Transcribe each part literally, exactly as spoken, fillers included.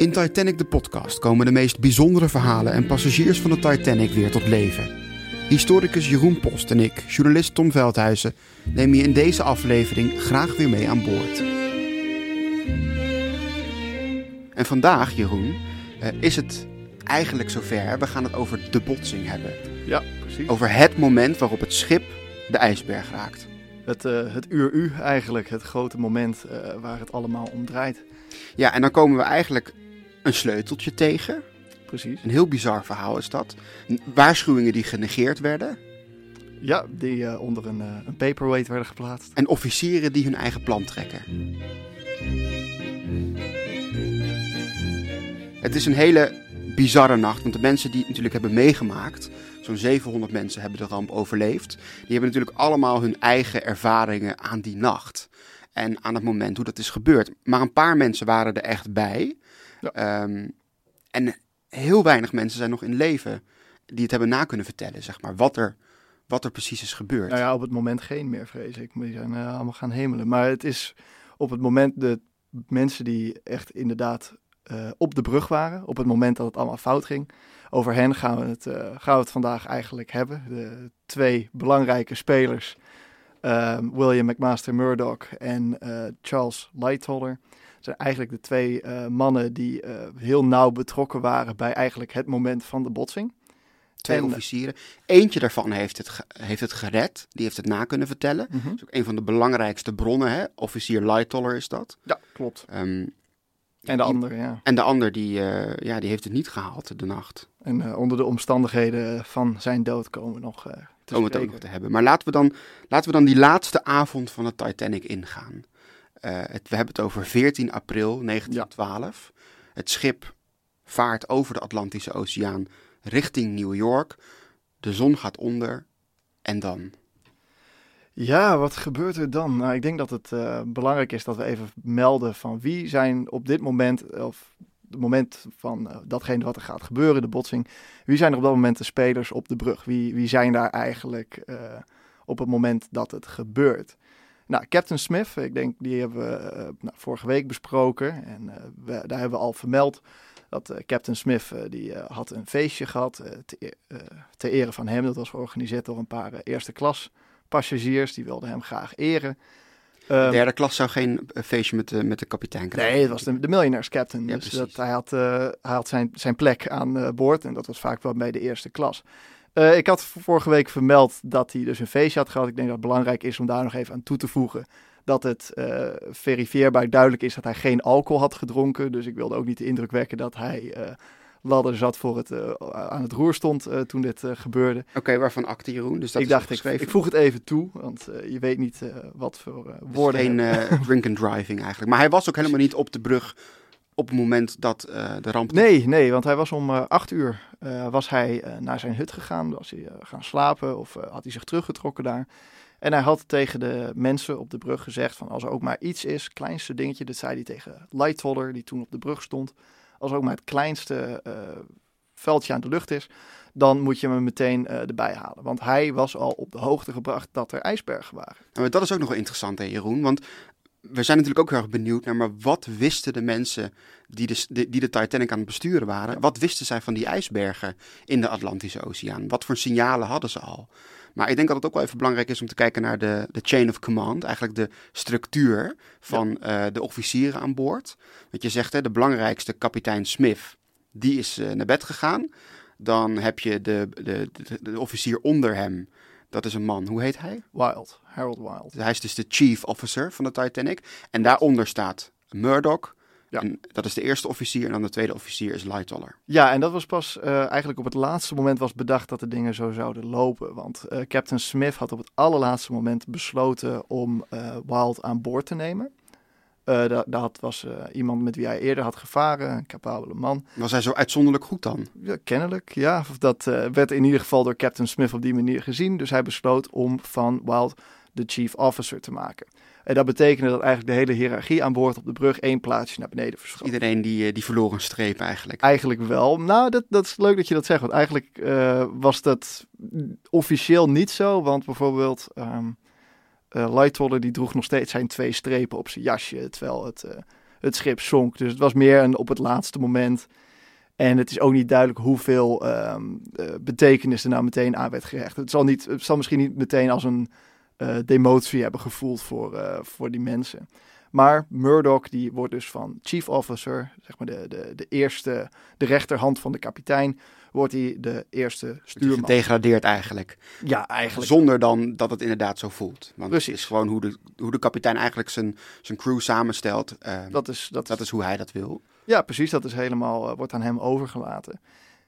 In Titanic de podcast komen de meest bijzondere verhalen en passagiers van de Titanic weer tot leven. Historicus Jeroen Post en ik, journalist Tom Veldhuizen, nemen je in deze aflevering graag weer mee aan boord. En vandaag, Jeroen, is het eigenlijk zover. We gaan het over de botsing hebben. Ja, precies. Over het moment waarop het schip de ijsberg raakt. Het, uh, het uur U eigenlijk, het grote moment uh, waar het allemaal om draait. Ja, en dan komen we eigenlijk een sleuteltje tegen. Precies. Een heel bizar verhaal is dat. Waarschuwingen die genegeerd werden. Ja, die uh, onder een, uh, een paperweight werden geplaatst. En officieren die hun eigen plan trekken. Het is een hele bizarre nacht, want de mensen die het natuurlijk hebben meegemaakt, zo'n zevenhonderd mensen hebben de ramp overleefd, die hebben natuurlijk allemaal hun eigen ervaringen aan die nacht. En aan het moment hoe dat is gebeurd. Maar een paar mensen waren er echt bij. Ja. Um, en heel weinig mensen zijn nog in leven die het hebben na kunnen vertellen, zeg maar, wat er, wat er precies is gebeurd. Nou ja, op het moment geen meer, vrees ik. Die zijn uh, allemaal gaan hemelen. Maar het is op het moment de mensen die echt inderdaad uh, op de brug waren, op het moment dat het allemaal fout ging. Over hen gaan we het, uh, gaan we het vandaag eigenlijk hebben. De twee belangrijke spelers, uh, William McMaster Murdoch en uh, Charles Lightoller, zijn eigenlijk de twee uh, mannen die uh, heel nauw betrokken waren bij eigenlijk het moment van de botsing. Twee en, officieren. Eentje daarvan heeft het, ge- heeft het gered. Die heeft het na kunnen vertellen. Uh-huh. Dat is ook een van de belangrijkste bronnen. Hè? Officier Lightoller is dat. Ja, klopt. Um, en de andere, ja. En de ander, die, uh, ja, die heeft het niet gehaald de nacht. En uh, onder de omstandigheden van zijn dood komen we nog uh, te Om het ook nog te hebben. Maar laten we, dan, laten we dan die laatste avond van de Titanic ingaan. Uh, het, we hebben het over veertien april negentien twaalf. Ja. Het schip vaart over de Atlantische Oceaan richting New York. De zon gaat onder. En dan? Ja, wat gebeurt er dan? Nou, ik denk dat het uh, belangrijk is dat we even melden van wie zijn op dit moment, of het moment van uh, datgene wat er gaat gebeuren, de botsing. Wie zijn er op dat moment de spelers op de brug? Wie, wie zijn daar eigenlijk uh, op het moment dat het gebeurt? Nou, Captain Smith, ik denk die hebben we uh, nou, vorige week besproken. En uh, we, daar hebben we al vermeld dat uh, Captain Smith uh, die uh, had een feestje gehad uh, te, uh, ter ere van hem. Dat was georganiseerd door een paar uh, eerste klas passagiers. Die wilden hem graag eren. De um, derde klas zou geen feestje met de, met de kapitein krijgen. Nee, het was de, de Millionaires Captain. Ja, dus dat, hij had, uh, hij had zijn, zijn plek aan uh, boord. En dat was vaak wel bij de eerste klas. Uh, ik had vorige week vermeld dat hij dus een feestje had gehad. Ik denk dat het belangrijk is om daar nog even aan toe te voegen dat het uh, verifieerbaar duidelijk is dat hij geen alcohol had gedronken. Dus ik wilde ook niet de indruk wekken dat hij uh, ladder zat voor het uh, aan het roer stond uh, toen dit uh, gebeurde. Oké, okay, waarvan acte Jeroen? Dus dat ik is dacht, ik, ik voeg het even toe, want uh, je weet niet uh, wat voor uh, woorden... Geen uh, drink and driving eigenlijk. Maar hij was ook helemaal niet op de brug op het moment dat uh, de ramp... Nee, nee, want hij was om uh, acht uur uh, was hij uh, naar zijn hut gegaan. Was hij uh, gaan slapen of uh, had hij zich teruggetrokken daar. En hij had tegen de mensen op de brug gezegd van als er ook maar iets is, kleinste dingetje, dat zei hij tegen Lightoller, die toen op de brug stond. Als er ook maar het kleinste uh, vuiltje aan de lucht is, dan moet je me meteen uh, erbij halen. Want hij was al op de hoogte gebracht dat er ijsbergen waren. Nou, maar dat is ook nog wel interessant, hè, Jeroen, want we zijn natuurlijk ook heel erg benieuwd naar, maar wat wisten de mensen die de, de, die de Titanic aan het besturen waren? Ja. Wat wisten zij van die ijsbergen in de Atlantische Oceaan? Wat voor signalen hadden ze al? Maar ik denk dat het ook wel even belangrijk is om te kijken naar de, de chain of command. Eigenlijk de structuur van ja. uh, de officieren aan boord. Want je zegt, hè, de belangrijkste, kapitein Smith, die is uh, naar bed gegaan. Dan heb je de, de, de, de officier onder hem. Dat is een man. Hoe heet hij? Wild. Harold Wild. Hij is dus de chief officer van de Titanic. En daaronder staat Murdoch. Ja. En dat is de eerste officier en dan de tweede officier is Lightoller. Ja, en dat was pas uh, eigenlijk op het laatste moment was bedacht dat de dingen zo zouden lopen. Want uh, Captain Smith had op het allerlaatste moment besloten om uh, Wild aan boord te nemen. Uh, dat, dat was uh, iemand met wie hij eerder had gevaren, een capabele man. Was hij zo uitzonderlijk goed dan? Ja, kennelijk, ja. Dat uh, werd in ieder geval door Captain Smith op die manier gezien. Dus hij besloot om van Wild de chief officer te maken. En dat betekende dat eigenlijk de hele hiërarchie aan boord op de brug één plaatsje naar beneden verschoot. Iedereen die, die verloor een streep eigenlijk. Eigenlijk wel. Nou, dat, dat is leuk dat je dat zegt. Want eigenlijk uh, was dat officieel niet zo. Want bijvoorbeeld um, uh, Lightoller die droeg nog steeds zijn twee strepen op zijn jasje. Terwijl het uh, het schip zonk. Dus het was meer een op het laatste moment. En het is ook niet duidelijk hoeveel um, uh, betekenis er nou meteen aan werd gehecht. Het zal, niet, het zal misschien niet meteen als een uh, demotie hebben gevoeld voor, uh, voor die mensen. Maar Murdoch die wordt dus van chief officer, zeg maar de, de, de eerste, de rechterhand van de kapitein, wordt hij de eerste stuurman. Gedegradeerd eigenlijk. Ja, eigenlijk. Zonder dan dat het inderdaad zo voelt. Want Precies. het is gewoon hoe de, hoe de kapitein eigenlijk zijn, zijn crew samenstelt. Uh, dat, is, dat, dat is hoe hij dat wil. Ja, precies. Dat is helemaal, uh, wordt aan hem overgelaten.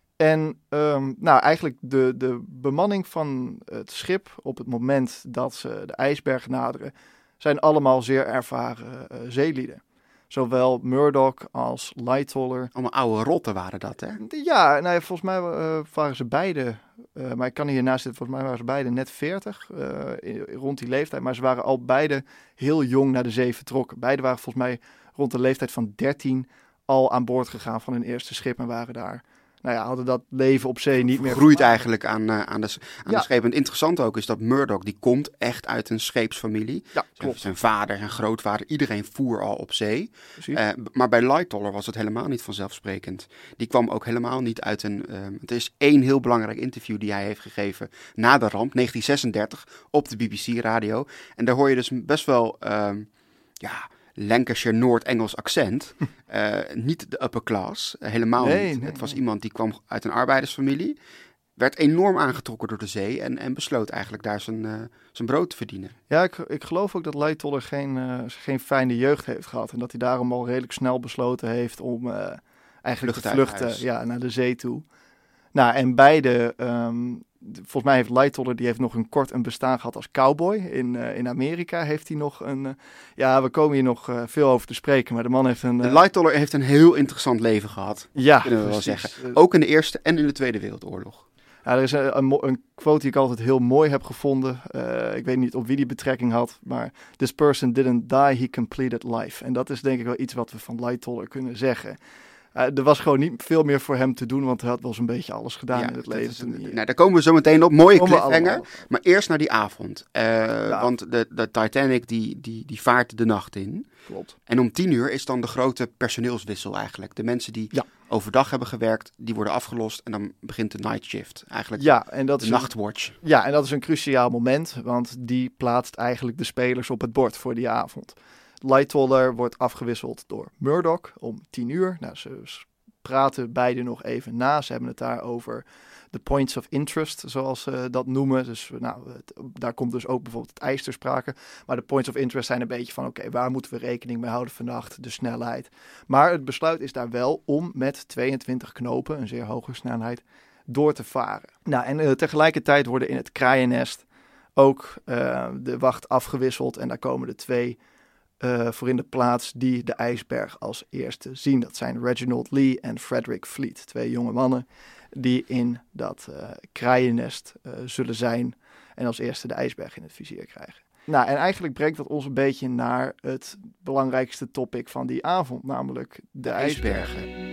En um, nou, eigenlijk de, de bemanning van het schip op het moment dat ze de ijsberg naderen, zijn allemaal zeer ervaren uh, zeelieden. Zowel Murdoch als Lightoller. Allemaal oude rotten waren dat, hè? Ja, nou ja, volgens mij uh, waren ze beide, uh, maar ik kan hiernaast zitten, volgens mij waren ze beide net veertig, uh, rond die leeftijd. Maar ze waren al beide heel jong naar de zee vertrokken. Beide waren volgens mij rond de leeftijd van dertien al aan boord gegaan van hun eerste schip en waren daar. Nou ja, hadden dat leven op zee niet meer groeit eigenlijk aan, uh, aan, de, aan ja. de schepen. En het interessante ook is dat Murdoch, die komt echt uit een scheepsfamilie. Ja, klopt. Zijn vader, zijn grootvader, iedereen voer al op zee. Uh, maar bij Lightoller was het helemaal niet vanzelfsprekend. Die kwam ook helemaal niet uit een... Uh, het is één heel belangrijk interview die hij heeft gegeven na de ramp, negentien zesendertig, op de B B C-radio. En daar hoor je dus best wel... Uh, ja... Lancashire Noord-Engels accent. Uh, niet de upper class, uh, helemaal nee, niet. Nee, het was nee. iemand die kwam uit een arbeidersfamilie, werd enorm aangetrokken door de zee en, en besloot eigenlijk daar zijn, uh, zijn brood te verdienen. Ja, ik, ik geloof ook dat Lightoller geen, uh, geen fijne jeugd heeft gehad en dat hij daarom al redelijk snel besloten heeft om uh, eigenlijk Vlucht te vluchten huis. ja, naar de zee toe. Nou, en beide... Um, Volgens mij heeft Lightoller, die heeft nog een kort een bestaan gehad als cowboy. In, uh, in Amerika heeft hij nog een... Uh, ja, we komen hier nog uh, veel over te spreken, maar de man heeft een... Uh, de Lightoller heeft een heel interessant leven gehad. Ja, kunnen we precies. wel zeggen. Ook in de Eerste en in de Tweede Wereldoorlog. Ja, er is een, een, een quote die ik altijd heel mooi heb gevonden. Uh, ik weet niet op wie die betrekking had, maar... This person didn't die, he completed life. En dat is denk ik wel iets wat we van Lightoller kunnen zeggen. Uh, er was gewoon niet veel meer voor hem te doen, want hij had wel zo'n beetje alles gedaan ja, in het leven. Een, nou, daar komen we zo meteen op. Mooie cliffhanger. Allemaal. Maar eerst naar die avond. Uh, ja. Want de, de Titanic die, die, die vaart de nacht in. Klopt. En om tien uur is dan de grote personeelswissel eigenlijk. De mensen die ja. overdag hebben gewerkt, die worden afgelost. En dan begint de night shift. Eigenlijk ja, en dat de is nachtwatch. Een, ja, en dat is een cruciaal moment. Want die plaatst eigenlijk de spelers op het bord voor die avond. Lightoller wordt afgewisseld door Murdoch om tien uur. Nou, ze praten beide nog even na. Ze hebben het daar over de points of interest, zoals ze dat noemen. Dus nou, het, daar komt dus ook bijvoorbeeld het ijs ter sprake. Maar de points of interest zijn een beetje van, oké, okay, waar moeten we rekening mee houden vannacht? De snelheid. Maar het besluit is daar wel om met tweeëntwintig knopen, een zeer hoge snelheid, door te varen. Nou, en uh, tegelijkertijd worden in het kraaiennest ook uh, de wacht afgewisseld. En daar komen de twee Uh, voor in de plaats die de ijsberg als eerste zien. Dat zijn Reginald Lee en Frederick Fleet. Twee jonge mannen die in dat uh, kraaiennest uh, zullen zijn en als eerste de ijsberg in het vizier krijgen. Nou, en eigenlijk brengt dat ons een beetje naar het belangrijkste topic van die avond, namelijk de, de ijsbergen. ijsbergen.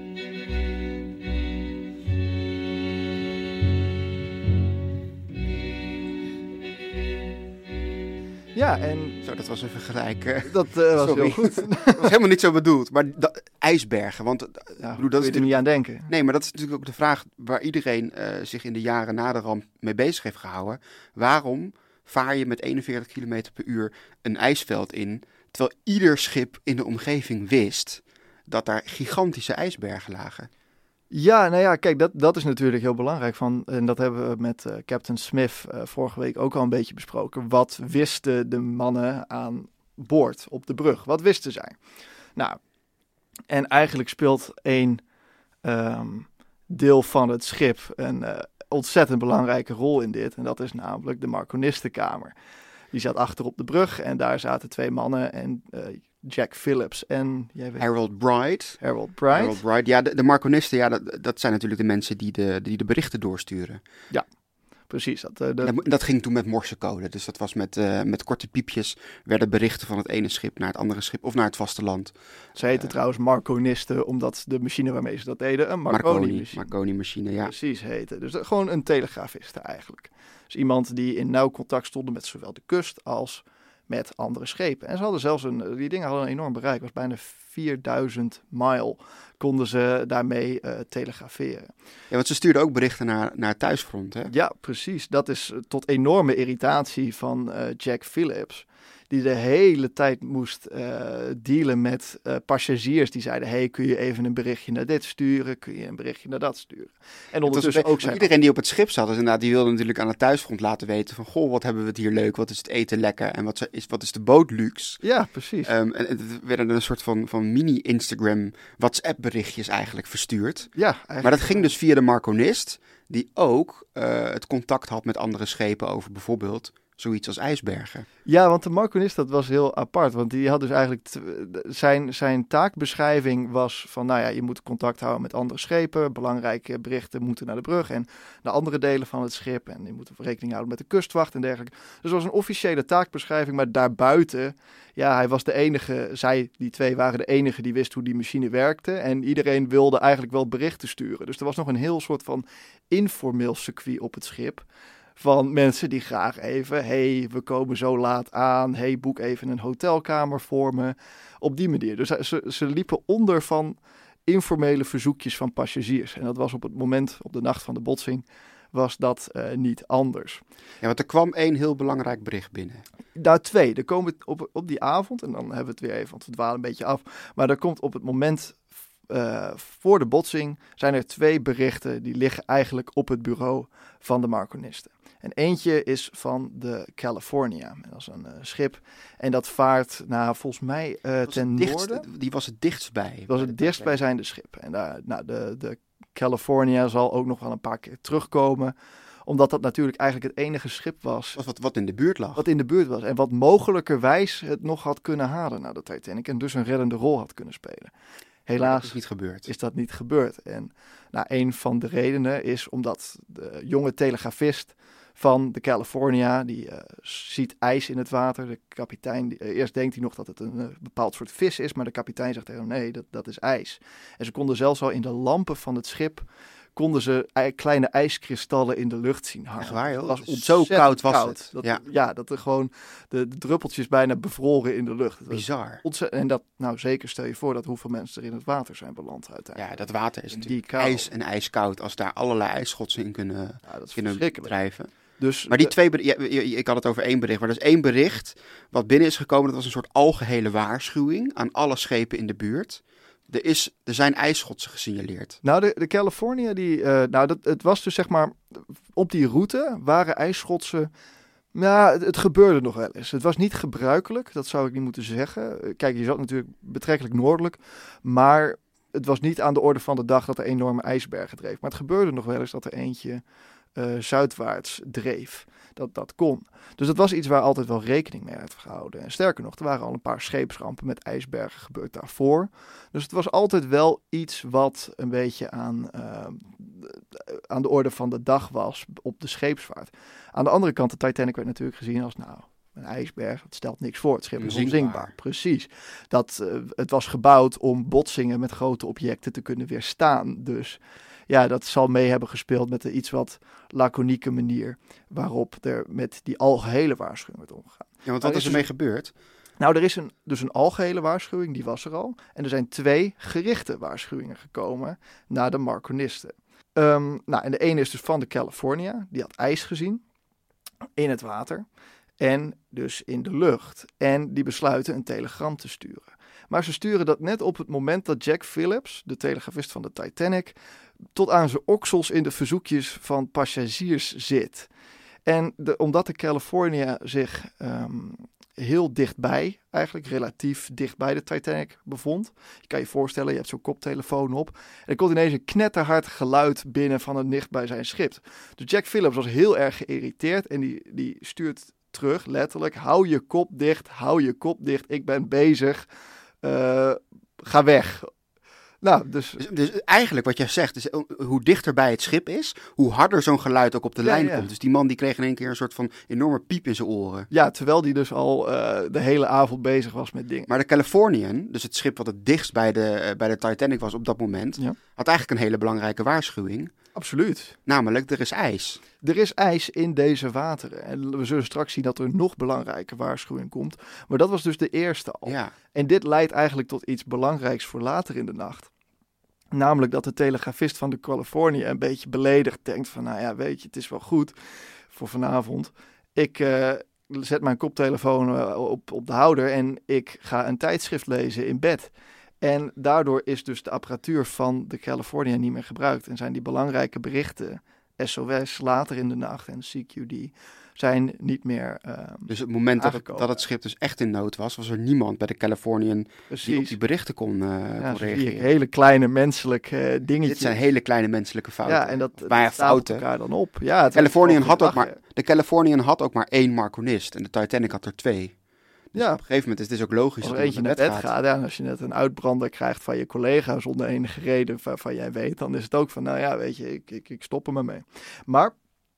Ja, en... Zo, dat was even gelijk. Uh, dat uh, was sorry. heel goed. Dat was helemaal niet zo bedoeld. Maar dat, ijsbergen, want... Ja, bedoel, dat is is er niet aan denken. Nee, maar dat is natuurlijk ook de vraag waar iedereen uh, zich in de jaren na de ramp mee bezig heeft gehouden. Waarom vaar je met eenenveertig kilometer per uur een ijsveld in, terwijl ieder schip in de omgeving wist dat daar gigantische ijsbergen lagen? Ja, nou ja, kijk, dat, dat is natuurlijk heel belangrijk. Van, en dat hebben we met uh, Captain Smith uh, vorige week ook al een beetje besproken. Wat wisten de mannen aan boord op de brug? Wat wisten zij? Nou, en eigenlijk speelt één um, deel van het schip een uh, ontzettend belangrijke rol in dit. En dat is namelijk de Marconistenkamer. Die zat achter op de brug en daar zaten twee mannen en... Uh, Jack Phillips en... Jij weet, Harold Bright. Harold Bright. Harold Bright. Ja, de, de Marconisten, ja, dat, dat zijn natuurlijk de mensen die de, die de berichten doorsturen. Ja, precies. Dat, uh, de... dat, dat ging toen met morsecode. Dus dat was met, uh, met korte piepjes werden berichten van het ene schip naar het andere schip of naar het vasteland. Ze heten uh, trouwens Marconisten, omdat de machine waarmee ze dat deden een Marconi-machine. Marconi-machine, ja. Precies heette. Dus uh, gewoon een telegrafiste eigenlijk. Dus iemand die in nauw contact stond met zowel de kust als met andere schepen. En ze hadden zelfs een, die dingen hadden een enorm bereik. Het was bijna vierduizend mijl konden ze daarmee uh, telegraferen. Ja, want ze stuurden ook berichten naar, naar het thuisfront, hè? Ja, precies. Dat is tot enorme irritatie van uh, Jack Phillips, die de hele tijd moest uh, dealen met uh, passagiers die zeiden, hey, kun je even een berichtje naar dit sturen? Kun je een berichtje naar dat sturen? En ondertussen ook zijn... Iedereen die op het schip zat, dus inderdaad, die wilde natuurlijk aan het thuisfront laten weten van, goh, wat hebben we het hier leuk? Wat is het eten lekker? En wat is, wat is de boot luxe? Ja, precies. Um, en het werden een soort van, van mini-Instagram WhatsApp berichtjes eigenlijk verstuurd. Ja, eigenlijk. Maar dat ging dus via de Marconist, die ook uh, het contact had met andere schepen over bijvoorbeeld zoiets als ijsbergen. Ja, want de Marconist, dat was heel apart. Want die had dus eigenlijk... T- zijn, zijn taakbeschrijving was van, nou ja, je moet contact houden met andere schepen. Belangrijke berichten moeten naar de brug en naar andere delen van het schip. En je moet rekening houden met de kustwacht en dergelijke. Dus het was een officiële taakbeschrijving. Maar daarbuiten, ja, hij was de enige... Zij, die twee, waren de enige die wist hoe die machine werkte. En iedereen wilde eigenlijk wel berichten sturen. Dus er was nog een heel soort van informeel circuit op het schip. Van mensen die graag even, hey, we komen zo laat aan. Hey, boek even een hotelkamer voor me. Op die manier. Dus ze, ze liepen onder van informele verzoekjes van passagiers. En dat was op het moment, op de nacht van de botsing, was dat uh, niet anders. Ja, want er kwam één heel belangrijk bericht binnen. Nou, twee. Er komen op, op die avond, en dan hebben we het weer even, want we dwalen een beetje af. Maar er komt op het moment... Uh, voor de botsing zijn er twee berichten die liggen eigenlijk op het bureau van de Marconisten. En eentje is van de California. Dat is een uh, schip en dat vaart naar volgens mij uh, ten dichtst, noorden. Die was het dichtst bij. Dat was het dichtstbijzijnde schip. En daar, nou, de, de California zal ook nog wel een paar keer terugkomen. Omdat dat natuurlijk eigenlijk het enige schip was. was wat, wat in de buurt lag. Wat in de buurt was. En wat mogelijkerwijs het nog had kunnen halen naar de Titanic. En dus een reddende rol had kunnen spelen. Helaas dat is niet gebeurd. Is dat niet gebeurd. En nou, een van de redenen is omdat de jonge telegrafist van de California, die uh, ziet ijs in het water. De kapitein, die, uh, eerst denkt hij nog dat het een uh, bepaald soort vis is, maar de kapitein zegt tegen hem, nee, dat, dat is ijs. En ze konden zelfs al in de lampen van het schip, konden ze i- kleine ijskristallen in de lucht zien hangen. Echt waar, joh? Het was Zo koud was koud. het. Dat, ja. ja, dat er gewoon de, de druppeltjes bijna bevroren in de lucht. Dat bizar. Ontze- en dat, nou zeker stel je voor dat hoeveel mensen er in het water zijn beland uiteindelijk. Ja, dat water is En natuurlijk die kou. ijs en ijskoud. Als daar allerlei ijsschotsen in kunnen, Ja, dat is kunnen verschrikkelijk. drijven. Dus Maar die de- twee berichten, ja, ik had het over één bericht, maar er is één bericht wat binnen is gekomen. Dat was een soort algehele waarschuwing aan alle schepen in de buurt. Er, is, er zijn ijsschotsen gesignaleerd. Nou, de, de California, die, uh, nou, dat, het was dus zeg maar, op die route waren ijsschotsen, nou, het, het gebeurde nog wel eens. Het was niet gebruikelijk, dat zou ik niet moeten zeggen. Kijk, je zat natuurlijk betrekkelijk noordelijk, maar het was niet aan de orde van de dag dat er enorme ijsbergen dreef. Maar het gebeurde nog wel eens dat er eentje uh, zuidwaarts dreef. Dat dat kon. Dus dat was iets waar altijd wel rekening mee werd gehouden. En sterker nog, er waren al een paar scheepsrampen met ijsbergen gebeurd daarvoor. Dus het was altijd wel iets wat een beetje aan, uh, aan de orde van de dag was op de scheepsvaart. Aan de andere kant, de Titanic werd natuurlijk gezien als, nou, een ijsberg, het stelt niks voor. Het schip is Onzinkbaar. onzinkbaar. Precies. Dat, uh, het was gebouwd om botsingen met grote objecten te kunnen weerstaan. Dus ja, dat zal mee hebben gespeeld met de iets wat laconieke manier waarop er met die algehele waarschuwing werd omgegaan. Ja, want Maar wat is is ermee gebeurd? Nou, er is een, dus een algehele waarschuwing, die was er al. En er zijn twee gerichte waarschuwingen gekomen naar de Marconisten. Um, nou, en de ene is dus van de California. Die had ijs gezien in het water en dus in de lucht. En die besluiten een telegram te sturen. Maar ze sturen dat net op het moment dat Jack Phillips, de telegrafist van de Titanic, tot aan zijn oksels in de verzoekjes van passagiers zit. En de, omdat de California zich um, heel dichtbij, eigenlijk relatief dichtbij de Titanic bevond. Je kan je voorstellen, je hebt zo'n koptelefoon op. En er komt ineens een knetterhard geluid binnen van het dichtbij zijn schip. Dus Jack Phillips was heel erg geïrriteerd en die, die stuurt terug, letterlijk, hou je kop dicht, hou je kop dicht, ik ben bezig, uh, ga weg. Nou, dus... Dus, dus eigenlijk wat jij zegt, is hoe dichter bij het schip is, hoe harder zo'n geluid ook op de Ja, lijn ja. komt. Dus die man die kreeg in één keer een soort van enorme piep in zijn oren. Ja, terwijl die dus al uh, de hele avond bezig was met dingen. Maar de Californian, dus het schip wat het dichtst bij de, uh, bij de Titanic was op dat moment, Ja. had eigenlijk een hele belangrijke waarschuwing. Absoluut. Namelijk, er is ijs. er is ijs in deze wateren. En we zullen straks zien dat er een nog belangrijke waarschuwing komt. Maar dat was dus de eerste al. Ja. En dit leidt eigenlijk tot iets belangrijks voor later in de nacht. Namelijk dat de telegrafist van de Californië een beetje beledigd denkt van, nou ja, weet je, het is wel goed voor vanavond. Ik uh, zet mijn koptelefoon uh, op, op de houder en ik ga een tijdschrift lezen in bed. En daardoor is dus de apparatuur van de Californië niet meer gebruikt. En zijn die belangrijke berichten, S O S, later in de nacht en C Q D, zijn niet meer uh, Dus het moment dat het, aangekomen. dat het schip dus echt in nood was, was er niemand bij de Californian Precies. die op die berichten kon, uh, Ja, kon zie je, reageren. hele kleine menselijke uh, dingetjes. Dit zijn hele kleine menselijke fouten. Ja, en dat, Maar ja, dat stapelt fouten. elkaar dan op. Ja, het Californian was had ook lachen. maar, de Californian had ook maar één marconist en de Titanic had er twee. Dus Ja. op een gegeven moment is het dus ook logisch Als dat er hij eentje naar naar bed bed gaat. gaat, ja, en als je net een uitbrander krijgt van je collega zonder enige reden waarvan jij weet, dan is het ook van, nou ja, weet je, ik, ik, ik stop er maar mee. Maar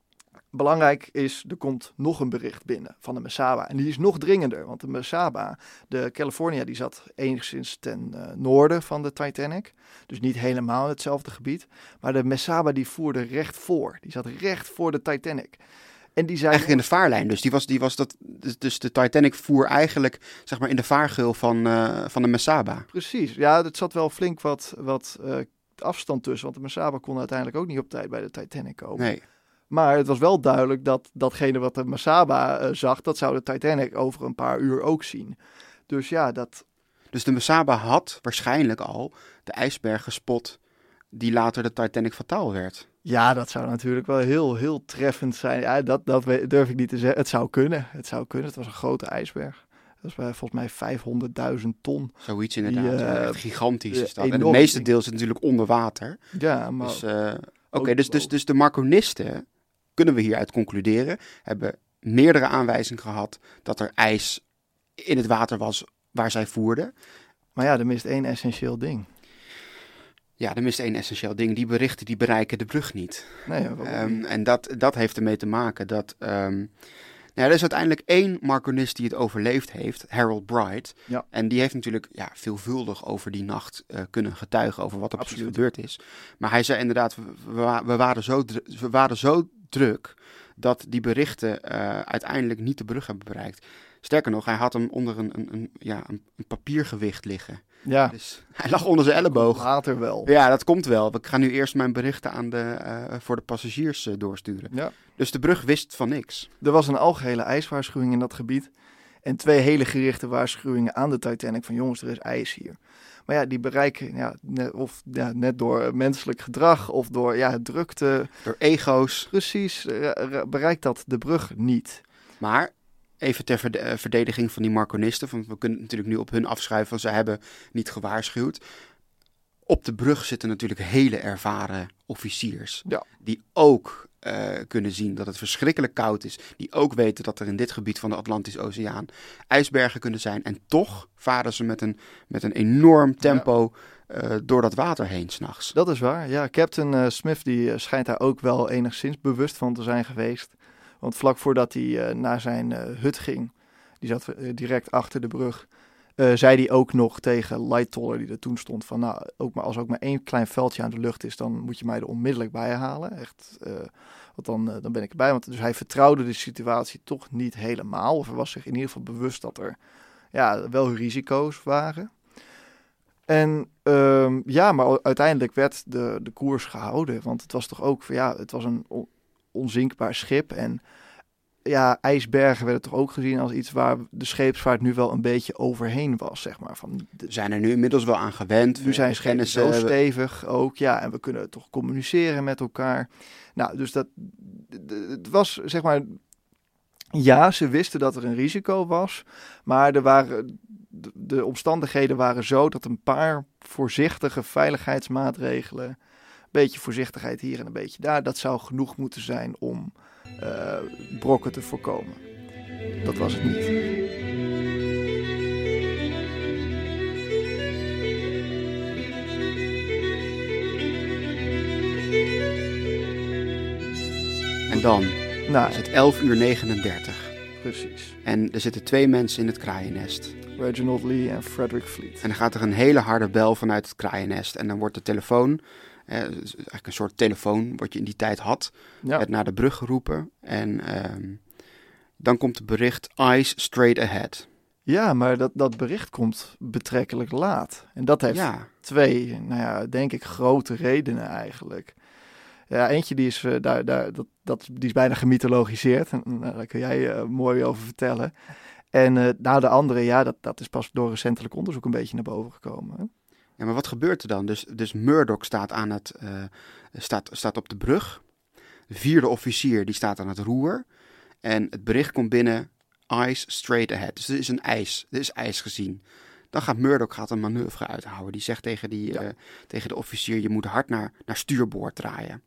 belangrijk is, er komt nog een bericht binnen van de Mesaba. En die is nog dringender, want de Mesaba, de California, die zat enigszins ten uh, noorden van de Titanic. Dus niet helemaal in hetzelfde gebied. Maar de Mesaba die voerde recht voor. Die zat recht voor de Titanic. En die zei, Eigenlijk in de vaarlijn. Dus, die was, die was dat, dus, dus de Titanic voer eigenlijk zeg maar, in de vaargeul van, uh, van de Mesaba. precies, ja, er zat wel flink wat, wat uh, afstand tussen. Want de Mesaba kon uiteindelijk ook niet op tijd bij de Titanic komen. Nee. Maar het was wel duidelijk dat datgene wat de Mesaba uh, zag, dat zou de Titanic over een paar uur ook zien. Dus ja, dat... Dus de Mesaba had waarschijnlijk al de ijsberg gespot die later de Titanic fataal werd. Ja, dat zou natuurlijk wel heel, heel treffend zijn. Ja, dat, dat durf ik niet te zeggen. Het zou kunnen. Het zou kunnen. Het was een grote ijsberg. Dat is bij, volgens mij vijfhonderdduizend ton. Zoiets inderdaad. Die, uh, ja, echt gigantisch is dat. En het enorm meeste ding. deel zit natuurlijk onder water. Ja, maar... Dus, uh, Oké, ook dus, dus, wel. dus de marconisten, kunnen we hieruit concluderen, hebben meerdere aanwijzingen gehad dat er ijs in het water was waar zij voerden. Maar ja, er mist één essentieel ding. Ja, er mist één essentieel ding. Die berichten die bereiken de brug niet. Nee, waarom Um, niet? en dat, dat heeft ermee te maken dat... Um, nou ja, er is uiteindelijk één marconist die het overleefd heeft, Harold Bright. Ja. En die heeft natuurlijk ja, veelvuldig over die nacht uh, kunnen getuigen over wat er precies Absoluut. gebeurd is. Maar hij zei inderdaad, we, we, we, waren, zo dru- we waren zo druk dat die berichten uh, uiteindelijk niet de brug hebben bereikt. Sterker nog, hij had hem onder een, een, een, ja, een, een papiergewicht liggen. Ja, Dus hij lag onder zijn elleboog. later wel. Ja, dat komt wel. Ik ga nu eerst mijn berichten aan de, uh, voor de passagiers uh, doorsturen. Ja. Dus de brug wist van niks. Er was een algehele ijswaarschuwing in dat gebied. En twee hele gerichte waarschuwingen aan de Titanic van jongens, er is ijs hier. Maar ja, die bereiken ja, net, of, ja, net door menselijk gedrag of door ja, drukte. Door ego's. Precies, uh, bereikt dat de brug niet. Maar even ter verde- uh, verdediging van die marconisten. Want we kunnen natuurlijk nu op hun afschuiven van ze hebben niet gewaarschuwd. Op de brug zitten natuurlijk hele ervaren officiers. Ja. Die ook uh, kunnen zien dat het verschrikkelijk koud is. Die ook weten dat er in dit gebied van de Atlantische Oceaan ijsbergen kunnen zijn. En toch varen ze met een, met een enorm tempo ja. uh, door dat water heen 's nachts. Dat is waar. Ja, Captain uh, Smith die uh, schijnt daar ook wel enigszins bewust van te zijn geweest. Want vlak voordat hij uh, naar zijn uh, hut ging, die zat uh, direct achter de brug, uh, zei hij ook nog tegen Lightoller, die er toen stond, van nou, ook maar, als ook maar één klein veldje aan de lucht is, dan moet je mij er onmiddellijk bij halen. Echt, uh, want dan, uh, dan ben ik erbij. Want dus hij vertrouwde de situatie toch niet helemaal. Of hij was zich in ieder geval bewust dat er ja, wel risico's waren. En um, ja, maar uiteindelijk werd de, de koers gehouden. Want het was toch ook, ja, het was een on, onzinkbaar schip. En ja, ijsbergen werden toch ook gezien als iets waar de scheepsvaart nu wel een beetje overheen was, zeg maar. Van de, we zijn er nu inmiddels wel aan gewend. Nu zijn schepen zo uh, stevig ook, ja. En we kunnen toch communiceren met elkaar. Nou, dus dat, het was, zeg maar, ja, ze wisten dat er een risico was. Maar er waren, de, de omstandigheden waren zo dat een paar voorzichtige veiligheidsmaatregelen, een beetje voorzichtigheid hier en een beetje daar, dat zou genoeg moeten zijn om uh, brokken te voorkomen. Dat was het niet. En dan nou, is het elf uur negenendertig. Precies. En er zitten twee mensen in het kraaiennest. Reginald Lee en Frederick Fleet. En dan gaat er een hele harde bel vanuit het kraaiennest. En dan wordt de telefoon Uh, eigenlijk een soort telefoon wat je in die tijd had. Ja. Werd naar de brug geroepen. En um, dan komt het bericht ice straight ahead. Ja, maar dat, dat bericht komt betrekkelijk laat. En dat heeft ja. twee, nou ja, denk ik, grote redenen eigenlijk. Ja, eentje die is, uh, daar, daar, dat, dat, die is bijna gemythologiseerd. En, uh, daar kun jij uh, mooi over vertellen. En uh, nou, de andere, ja, dat, dat is pas door recentelijk onderzoek een beetje naar boven gekomen. Hè? Ja, maar wat gebeurt er dan? Dus, dus Murdoch staat, aan het, uh, staat, staat op de brug. De vierde officier die staat aan het roer. En het bericht komt binnen, ice straight ahead. Dus er is een ijs, er is ijs gezien. Dan gaat Murdoch gaat een manoeuvre uithouden. Die zegt tegen, die, ja. uh, tegen de officier, je moet hard naar, naar stuurboord draaien.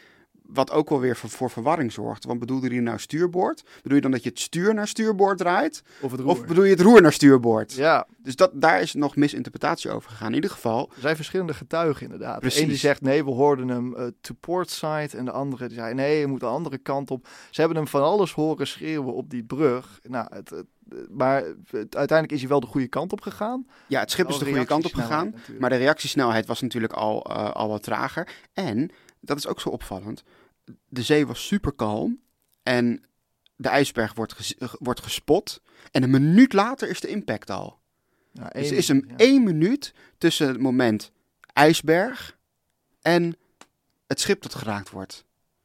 Wat ook wel weer voor, voor verwarring zorgt. Want bedoelde je nou stuurboord? Bedoel je dan dat je het stuur naar stuurboord draait? Of, het roer. Of bedoel je het roer naar stuurboord? Ja. Dus dat, daar is nog misinterpretatie over gegaan. In ieder geval... Er zijn verschillende getuigen inderdaad. Precies. De ene die zegt nee, we hoorden hem uh, to port side. En de andere die zei nee, je moet de andere kant op. Ze hebben hem van alles horen schreeuwen op die brug. Nou, het, het, maar het, uiteindelijk is hij wel de goede kant op gegaan. Ja, het schip is de goede kant op gegaan. Natuurlijk. Maar de reactiesnelheid was natuurlijk al, uh, al wat trager. En... dat is ook zo opvallend. De zee was super kalm en de ijsberg wordt, ges- wordt gespot. En een minuut later is de impact al. Ja, één, dus er is een ja. één minuut tussen het moment ijsberg en het schip dat geraakt wordt.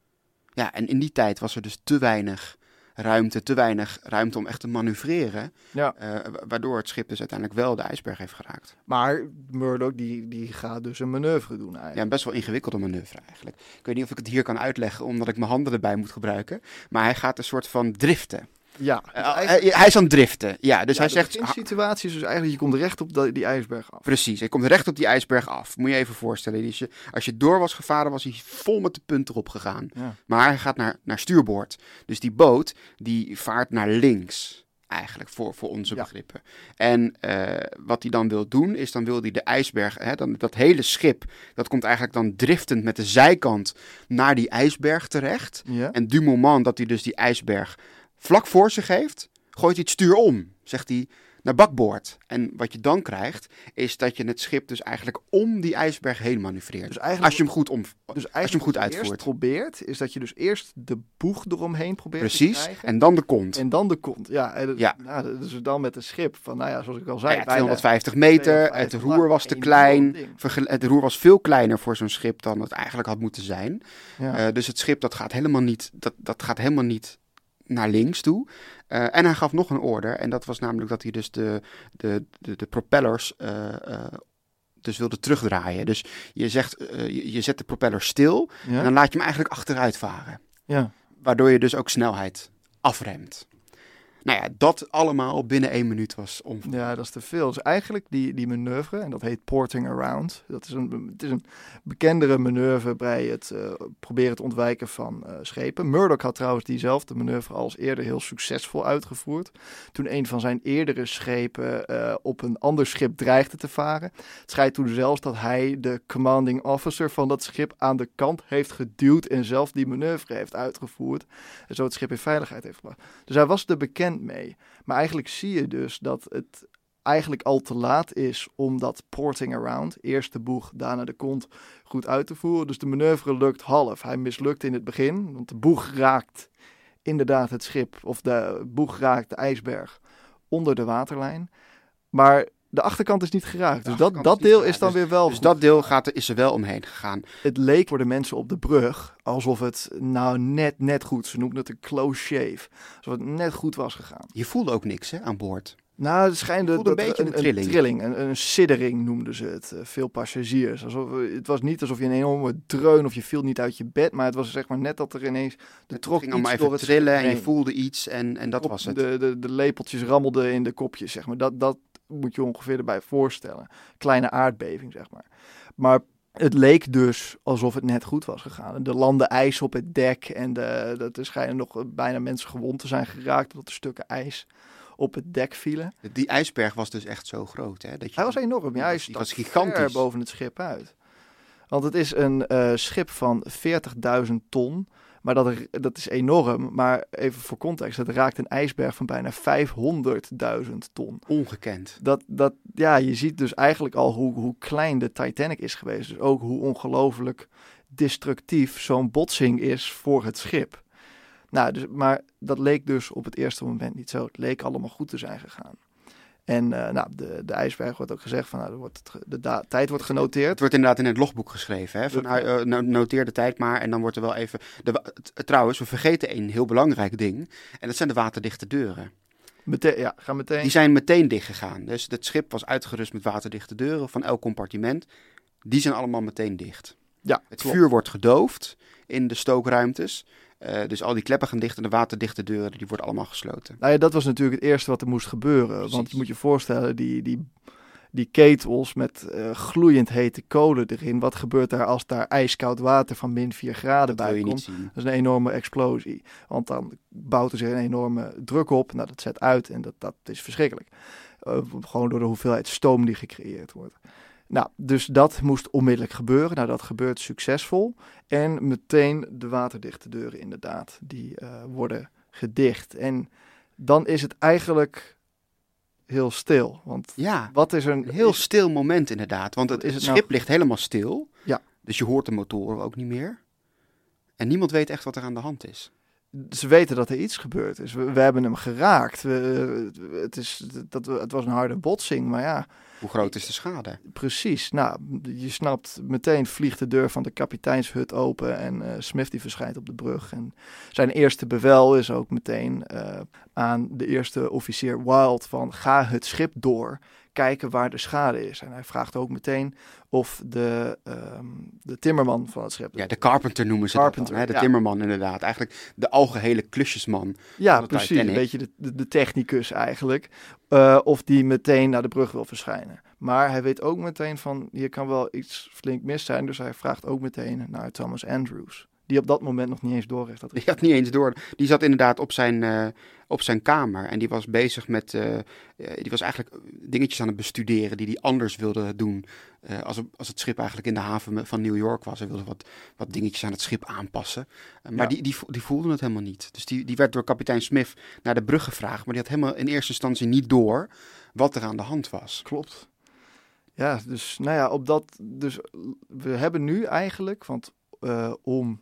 Ja, en in die tijd was er dus te weinig ruimte, te weinig ruimte om echt te manoeuvreren. Ja. Uh, waardoor het schip dus uiteindelijk wel de ijsberg heeft geraakt. Maar Murdoch die, die gaat dus een manoeuvre doen eigenlijk. Ja, een best wel ingewikkelde manoeuvre eigenlijk. Ik weet niet of ik het hier kan uitleggen, omdat ik mijn handen erbij moet gebruiken. Maar hij gaat een soort van driften. Ja. Dus uh, hij, hij is aan het driften. Ja, dus ja, hij de zegt... In situatie is dus eigenlijk, je komt recht op de, die ijsberg af. Precies, hij komt recht op die ijsberg af. Moet je even voorstellen. Die je, als je door was gevaren, was hij vol met de punt erop gegaan. Ja. Maar hij gaat naar, naar stuurboord. Dus die boot, die vaart naar links. Eigenlijk, voor, voor onze ja. begrippen. En uh, wat hij dan wil doen, is dan wil hij de ijsberg... Hè, dan, dat hele schip, dat komt eigenlijk dan driftend met de zijkant naar die ijsberg terecht. Ja. En du moment dat hij dus die ijsberg vlak voor zich heeft, gooit hij het stuur om. Zegt hij naar bakboord. En wat je dan krijgt, is dat je het schip dus eigenlijk om die ijsberg heen manoeuvreert. Dus eigenlijk, als je hem goed, om, dus als je hem goed uitvoert. Eerst probeert, is dat je dus eerst de boeg eromheen probeert Precies, te krijgen. En dan de kont. En dan de kont, ja. En het, ja. Nou, dus dan met een schip van, nou ja, zoals ik al zei. Ja, tweehonderdvijftig meter, tweehonderdvijftig het roer was te klein. Vergel- het roer was veel kleiner voor zo'n schip dan het eigenlijk had moeten zijn. Ja. Uh, dus het schip dat gaat helemaal niet, dat, dat gaat helemaal niet naar links toe. Uh, en hij gaf nog een order. En dat was namelijk dat hij dus de, de, de, de propellers uh, uh, dus wilde terugdraaien. Dus je zegt, uh, je, je zet de propeller stil. Ja. En dan laat je hem eigenlijk achteruit varen. Ja. Waardoor je dus ook snelheid afremt. Nou ja, dat allemaal binnen één minuut was ongeveer. Ja, dat is te veel. Dus eigenlijk die, die manoeuvre, en dat heet porting around. Dat is een, het is een bekendere manoeuvre bij het uh, proberen te ontwijken van uh, schepen. Murdoch had trouwens diezelfde manoeuvre al eens eerder heel succesvol uitgevoerd. Toen een van zijn eerdere schepen uh, op een ander schip dreigde te varen. Het schijnt toen zelfs dat hij de commanding officer van dat schip aan de kant heeft geduwd en zelf die manoeuvre heeft uitgevoerd. En zo het schip in veiligheid heeft gebracht. Dus hij was er bekend mee. Maar eigenlijk zie je dus dat het eigenlijk al te laat is om dat porting around, eerst de boeg, daarna de kont, goed uit te voeren. Dus de manoeuvre lukt half. Hij mislukt in het begin, want de boeg raakt inderdaad het schip, of de boeg raakt de ijsberg onder de waterlijn. Maar de achterkant is niet geraakt. Dus dat, dat deel is dan dus, weer wel Dus dat deel gaat, is er wel omheen gegaan. Het leek voor de mensen op de brug alsof het nou net, net goed, ze noemden het een close shave, alsof het net goed was gegaan. Je voelde ook niks hè, aan boord. Nou, het schijnt dat, een beetje een, een trilling. Een, trilling, een, een siddering noemden ze het. Uh, veel passagiers. Alsof, het was niet alsof je een enorme dreun of je viel niet uit je bed, maar het was zeg maar net dat er ineens de trok ging allemaal even trillen en je voelde iets en, en dat Op, was het. De, de, de lepeltjes rammelden in de kopjes, zeg maar. Dat, dat moet je ongeveer erbij voorstellen. Kleine aardbeving, zeg maar. Maar het leek dus alsof het net goed was gegaan. Er landde ijs op het dek en de, de, er schijnen nog bijna mensen gewond te zijn geraakt omdat er stukken ijs op het dek vielen. Die ijsberg was dus echt zo groot, hè? Dat je, hij was enorm. Ja, hij was, was gigantisch. Ver boven het schip uit. Want het is een uh, schip van veertigduizend ton, Maar dat, dat is enorm. Maar even voor context, het raakt een ijsberg van bijna vijfhonderdduizend ton. Ongekend. Dat, dat, ja, je ziet dus eigenlijk al hoe, hoe klein de Titanic is geweest. Dus ook hoe ongelooflijk destructief zo'n botsing is voor het schip. Nou, dus, maar dat leek dus op het eerste moment niet zo. Het leek allemaal goed te zijn gegaan. En uh, nou, de, de ijsberg wordt ook gezegd van, nou, er wordt het, de da- tijd wordt genoteerd. Het wordt inderdaad in het logboek geschreven. Hè? Van, uh, uh, noteer de tijd maar en dan wordt er wel even... De, t, trouwens, we vergeten een heel belangrijk ding. En dat zijn de waterdichte deuren. Meteen, ja, gaan meteen. Die zijn meteen dichtgegaan. Dus het schip was uitgerust met waterdichte deuren van elk compartiment. Die zijn allemaal meteen dicht. Ja, het klopt. vuur wordt gedoofd in de stookruimtes. Uh, dus al die kleppen gaan dicht en de waterdichte deuren die worden allemaal gesloten. Nou ja, dat was natuurlijk het eerste wat er moest gebeuren. Precies. Want je moet je voorstellen, die, die, die ketels met uh, gloeiend hete kolen erin. Wat gebeurt daar als daar ijskoud water van min vier graden dat bij wil je komt? niet zien. Dat is een enorme explosie. Want dan bouwt er zich een enorme druk op. Nou, dat zet uit en dat, dat is verschrikkelijk. Uh, gewoon door de hoeveelheid stoom die gecreëerd wordt. Nou, dus dat moest onmiddellijk gebeuren. Nou, dat gebeurt succesvol. En meteen de waterdichte deuren inderdaad, die uh, worden gedicht. En dan is het eigenlijk heel stil. Want ja, wat is er... een heel stil moment inderdaad. Want het, is het het schip nou... ligt helemaal stil. Ja. Dus je hoort de motoren ook niet meer. En niemand weet echt wat er aan de hand is. Ze weten dat er iets gebeurd is. We, we hebben hem geraakt. We, het, is, dat, het was een harde botsing, maar ja... Hoe groot is de schade? Precies. Nou, je snapt, meteen vliegt de deur van de kapiteinshut open en uh, Smith die verschijnt op de brug. En zijn eerste bevel is ook meteen uh, aan de eerste officier Wild van ga het schip door, kijken waar de schade is. En hij vraagt ook meteen of de, um, de timmerman van het schip... Ja, de carpenter noemen ze carpenter, dat dan, hè? De ja. timmerman inderdaad. Eigenlijk de algehele klusjesman. Ja, precies. Titanic. Een beetje de, de, de technicus eigenlijk. Uh, of die meteen naar de brug wil verschijnen. Maar hij weet ook meteen van, hier kan wel iets flink mis zijn. Dus hij vraagt ook meteen naar Thomas Andrews. Die op dat moment nog niet eens door heeft. Dat die had niet eens door. Die zat inderdaad op zijn, uh, op zijn kamer. En die was bezig met, uh, uh, die was eigenlijk dingetjes aan het bestuderen die hij anders wilde doen. Uh, als, als het schip eigenlijk in de haven van New York was. Hij wilde wat, wat dingetjes aan het schip aanpassen. Uh, maar ja. die, die, die voelde het helemaal niet. Dus die, die werd door kapitein Smith naar de brug gevraagd. Maar die had helemaal in eerste instantie niet door wat er aan de hand was. Klopt. Ja, dus nou ja, op dat... Dus we hebben nu eigenlijk, want uh, om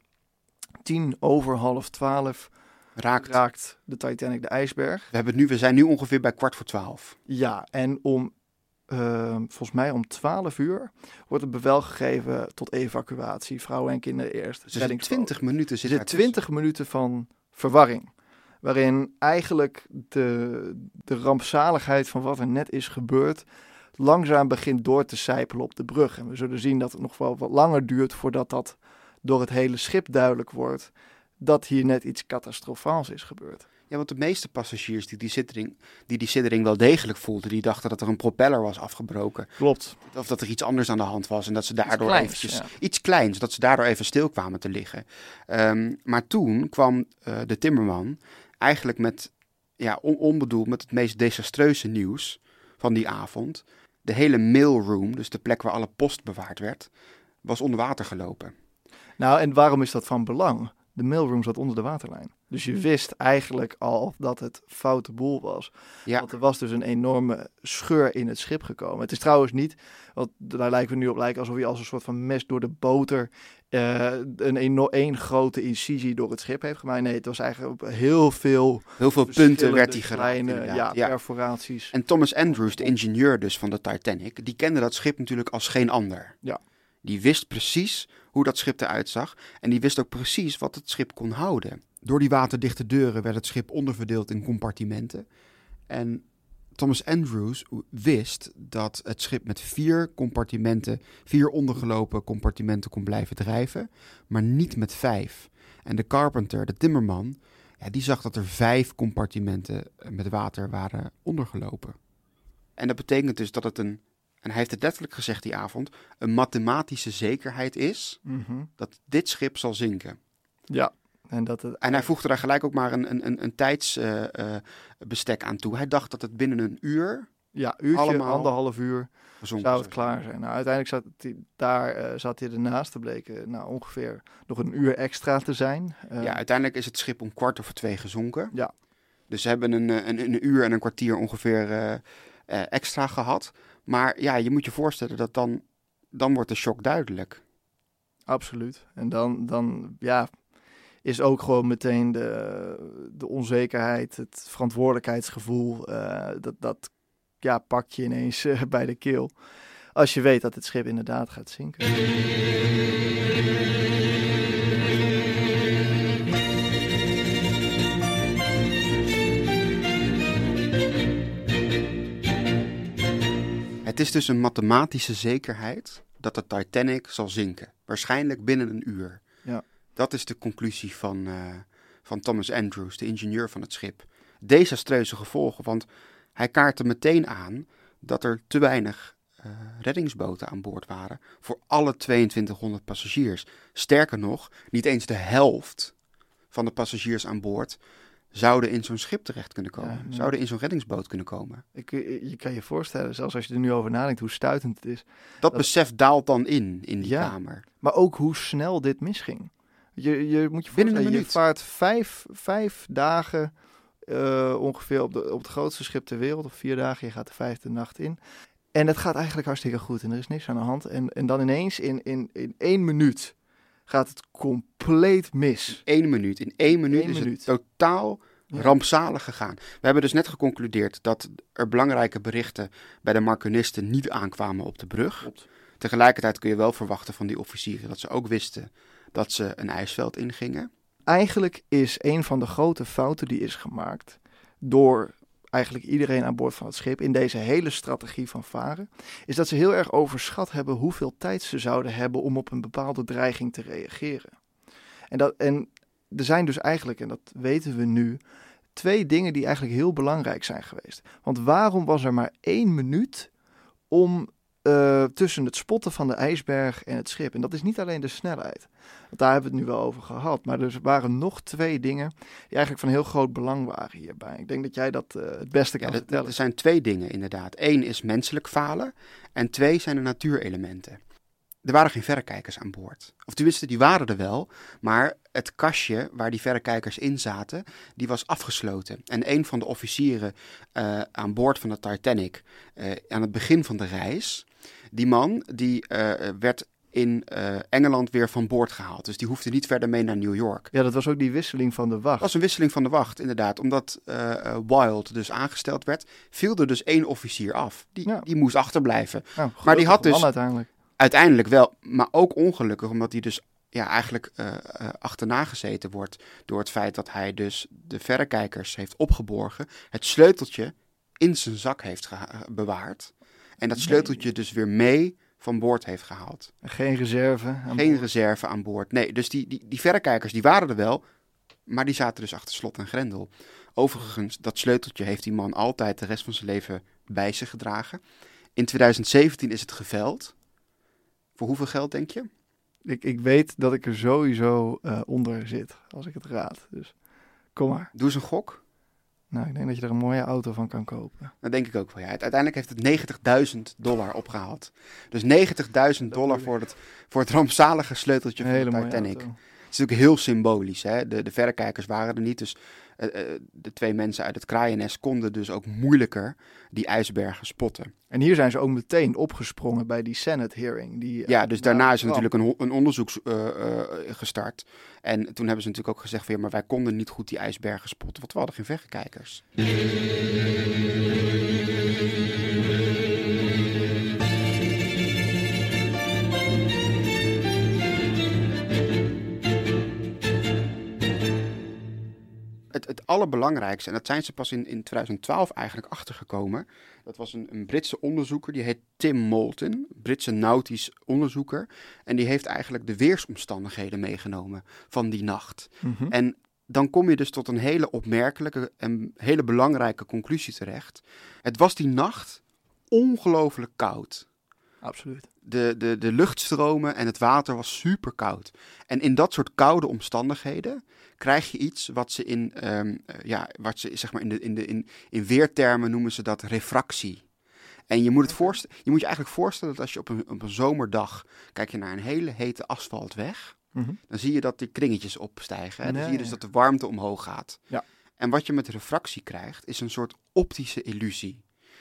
tien over half twaalf raakt. raakt de Titanic de ijsberg. We, hebben nu, we zijn nu ongeveer bij kwart voor twaalf. Ja, en om, uh, volgens mij om twaalf uur wordt het bevel gegeven tot evacuatie. Vrouwen en kinderen eerst. Dus er twintig minuten zit er twintig minuten van verwarring. Waarin eigenlijk de, de rampzaligheid van wat er net is gebeurd langzaam begint door te sijpelen op de brug. En we zullen zien dat het nog wel wat langer duurt voordat dat door het hele schip duidelijk wordt dat hier net iets catastrofaals is gebeurd. Ja, want de meeste passagiers die die siddering, die die siddering wel degelijk voelden, die dachten dat er een propeller was afgebroken. Klopt. Of dat er iets anders aan de hand was en dat ze daardoor kleins, eventjes... Ja. Iets kleins, dat ze daardoor even stil kwamen te liggen. Um, maar toen kwam uh, de timmerman eigenlijk met, ja, on- onbedoeld met het meest desastreuze nieuws van die avond. De hele mailroom, dus de plek waar alle post bewaard werd, was onder water gelopen. Nou, en waarom is dat van belang? De mailroom zat onder de waterlijn. Dus je wist eigenlijk al dat het foute boel was. Ja. Want er was dus een enorme scheur in het schip gekomen. Het is trouwens niet, want daar lijken we nu op lijken alsof je als een soort van mes door de boter uh, een eno- één grote incisie door het schip heeft gemaakt. Nee, het was eigenlijk op heel veel... Heel veel punten werd die geraakt. Kleine, ja, ja, perforaties. En Thomas Andrews, de ingenieur dus van de Titanic, die kende dat schip natuurlijk als geen ander. Ja. Die wist precies hoe dat schip eruit zag. En die wist ook precies wat het schip kon houden. Door die waterdichte deuren werd het schip onderverdeeld in compartimenten. En Thomas Andrews wist dat het schip met vier compartimenten, vier ondergelopen compartimenten kon blijven drijven, maar niet met vijf. En de carpenter, de timmerman, ja, die zag dat er vijf compartimenten met water waren ondergelopen. En dat betekent dus dat het een, en hij heeft het letterlijk gezegd die avond, een mathematische zekerheid is mm-hmm. dat dit schip zal zinken. Ja. En, dat het... en hij voegde daar gelijk ook maar een, een, een tijdsbestek uh, uh, aan toe. Hij dacht dat het binnen een uur Ja, uurtje, Allemaal anderhalf uur gezonken zou het zijn. klaar zijn. Nou, uiteindelijk zat hij daar uh, zat hij ernaast. Er bleken nou, ongeveer nog een uur extra te zijn. Uh, Ja, uiteindelijk is het schip om kwart over twee gezonken. Ja. Dus ze hebben een, een, een uur en een kwartier ongeveer uh, uh, extra gehad. Maar ja, je moet je voorstellen dat dan, dan wordt de shock duidelijk. Absoluut. En dan, dan ja, is ook gewoon meteen de, de onzekerheid, het verantwoordelijkheidsgevoel, uh, dat, dat ja, pak je ineens uh, bij de keel. Als je weet dat het schip inderdaad gaat zinken. Het is dus een mathematische zekerheid dat de Titanic zal zinken. Waarschijnlijk binnen een uur. Ja. Dat is de conclusie van, uh, van Thomas Andrews, de ingenieur van het schip. Desastreuze gevolgen, want hij kaartte meteen aan dat er te weinig uh, reddingsboten aan boord waren voor alle tweeëntwintighonderd passagiers. Sterker nog, niet eens de helft van de passagiers aan boord zouden in zo'n schip terecht kunnen komen. Ja, ja. Zouden in zo'n reddingsboot kunnen komen. Ik, je kan je voorstellen, zelfs als je er nu over nadenkt, hoe stuitend het is. Dat, dat besef daalt dan in, in die ja, kamer. Maar ook hoe snel dit misging. Je, je moet je binnen een minuut. Je vaart vijf, vijf dagen uh, ongeveer op, de, op het grootste schip ter wereld, of vier dagen. Je gaat de vijfde nacht in. En het gaat eigenlijk hartstikke goed en er is niks aan de hand. En, en dan ineens in, in, in één minuut gaat het compleet mis. In één minuut. In één minuut Eén is minuut. het totaal ja. rampzalig gegaan. We hebben dus net geconcludeerd dat er belangrijke berichten bij de markinisten niet aankwamen op de brug. Klopt. Tegelijkertijd kun je wel verwachten van die officieren dat ze ook wisten dat ze een ijsveld ingingen. Eigenlijk is een van de grote fouten die is gemaakt door eigenlijk iedereen aan boord van het schip in deze hele strategie van varen, is dat ze heel erg overschat hebben hoeveel tijd ze zouden hebben om op een bepaalde dreiging te reageren. En, dat, en er zijn dus eigenlijk, en dat weten we nu, twee dingen die eigenlijk heel belangrijk zijn geweest. Want waarom was er maar één minuut om uh, tussen het spotten van de ijsberg en het schip? En dat is niet alleen de snelheid. Want daar hebben we het nu wel over gehad. Maar er waren nog twee dingen die eigenlijk van heel groot belang waren hierbij. Ik denk dat jij dat uh, het beste kan ja, vertellen. Er zijn twee dingen inderdaad. Eén is menselijk falen en twee zijn de natuurelementen. Er waren geen verrekijkers aan boord. Of tenminste, die waren er wel, maar het kastje waar die verrekijkers in zaten, die was afgesloten. En een van de officieren uh, aan boord van de Titanic, uh, aan het begin van de reis, die man, die uh, werd in uh, Engeland weer van boord gehaald. Dus die hoefde niet verder mee naar New York. Ja, dat was ook die wisseling van de wacht. Dat was een wisseling van de wacht, inderdaad. Omdat uh, Wilde dus aangesteld werd, viel er dus één officier af. Die, ja. die moest achterblijven. Nou, maar die had dus uiteindelijk. uiteindelijk wel, maar ook ongelukkig, omdat hij dus ja, eigenlijk uh, uh, achterna gezeten wordt door het feit dat hij dus de verrekijkers heeft opgeborgen, het sleuteltje in zijn zak heeft geha- bewaard en dat sleuteltje dus weer mee van boord heeft gehaald. Geen reserve aan Geen boord. reserve aan boord. Nee, dus die, die, die verrekijkers die waren er wel, maar die zaten dus achter slot en grendel. Overigens, dat sleuteltje heeft die man altijd de rest van zijn leven bij zich gedragen. In twintig zeventien is het geveild. Voor hoeveel geld, denk je? Ik, ik weet dat ik er sowieso uh, onder zit, als ik het raad. Dus kom maar. Doe eens een gok. Nou, ik denk dat je er een mooie auto van kan kopen. Dat denk ik ook wel, ja. Uiteindelijk heeft het negentigduizend dollar opgehaald. Dus negentigduizend dollar voor het, voor het rampzalige sleuteltje van de Titanic. Het is natuurlijk heel symbolisch, hè. De, de verrekijkers waren er niet, dus uh, uh, de twee mensen uit het kraaiennest konden dus ook moeilijker die ijsbergen spotten. En hier zijn ze ook meteen opgesprongen bij die Senate hearing. Die, uh, ja, dus daarna is er natuurlijk een, een onderzoek uh, uh, gestart. En toen hebben ze natuurlijk ook gezegd van ja, maar wij konden niet goed die ijsbergen spotten, want we hadden geen verrekijkers. Het, het allerbelangrijkste, en dat zijn ze pas in, in twintig twaalf eigenlijk achtergekomen. Dat was een, een Britse onderzoeker, die heet Tim Moulton, Britse nautisch onderzoeker. En die heeft eigenlijk de weersomstandigheden meegenomen van die nacht. Mm-hmm. En dan kom je dus tot een hele opmerkelijke en hele belangrijke conclusie terecht. Het was die nacht ongelooflijk koud. Absoluut. De, de, de luchtstromen en het water was super koud. En in dat soort koude omstandigheden krijg je iets wat ze in, um, uh, ja, wat ze zeg maar in, de, in, de, in, in weertermen noemen ze dat refractie. En je moet, het voorst- je moet je eigenlijk voorstellen dat als je op een, op een zomerdag kijk je naar een hele hete asfaltweg, Mm-hmm. dan zie je dat die kringetjes opstijgen. Hè? Dan Nee, zie je dus ja. dat de warmte omhoog gaat. Ja. En wat je met refractie krijgt, is een soort optische illusie.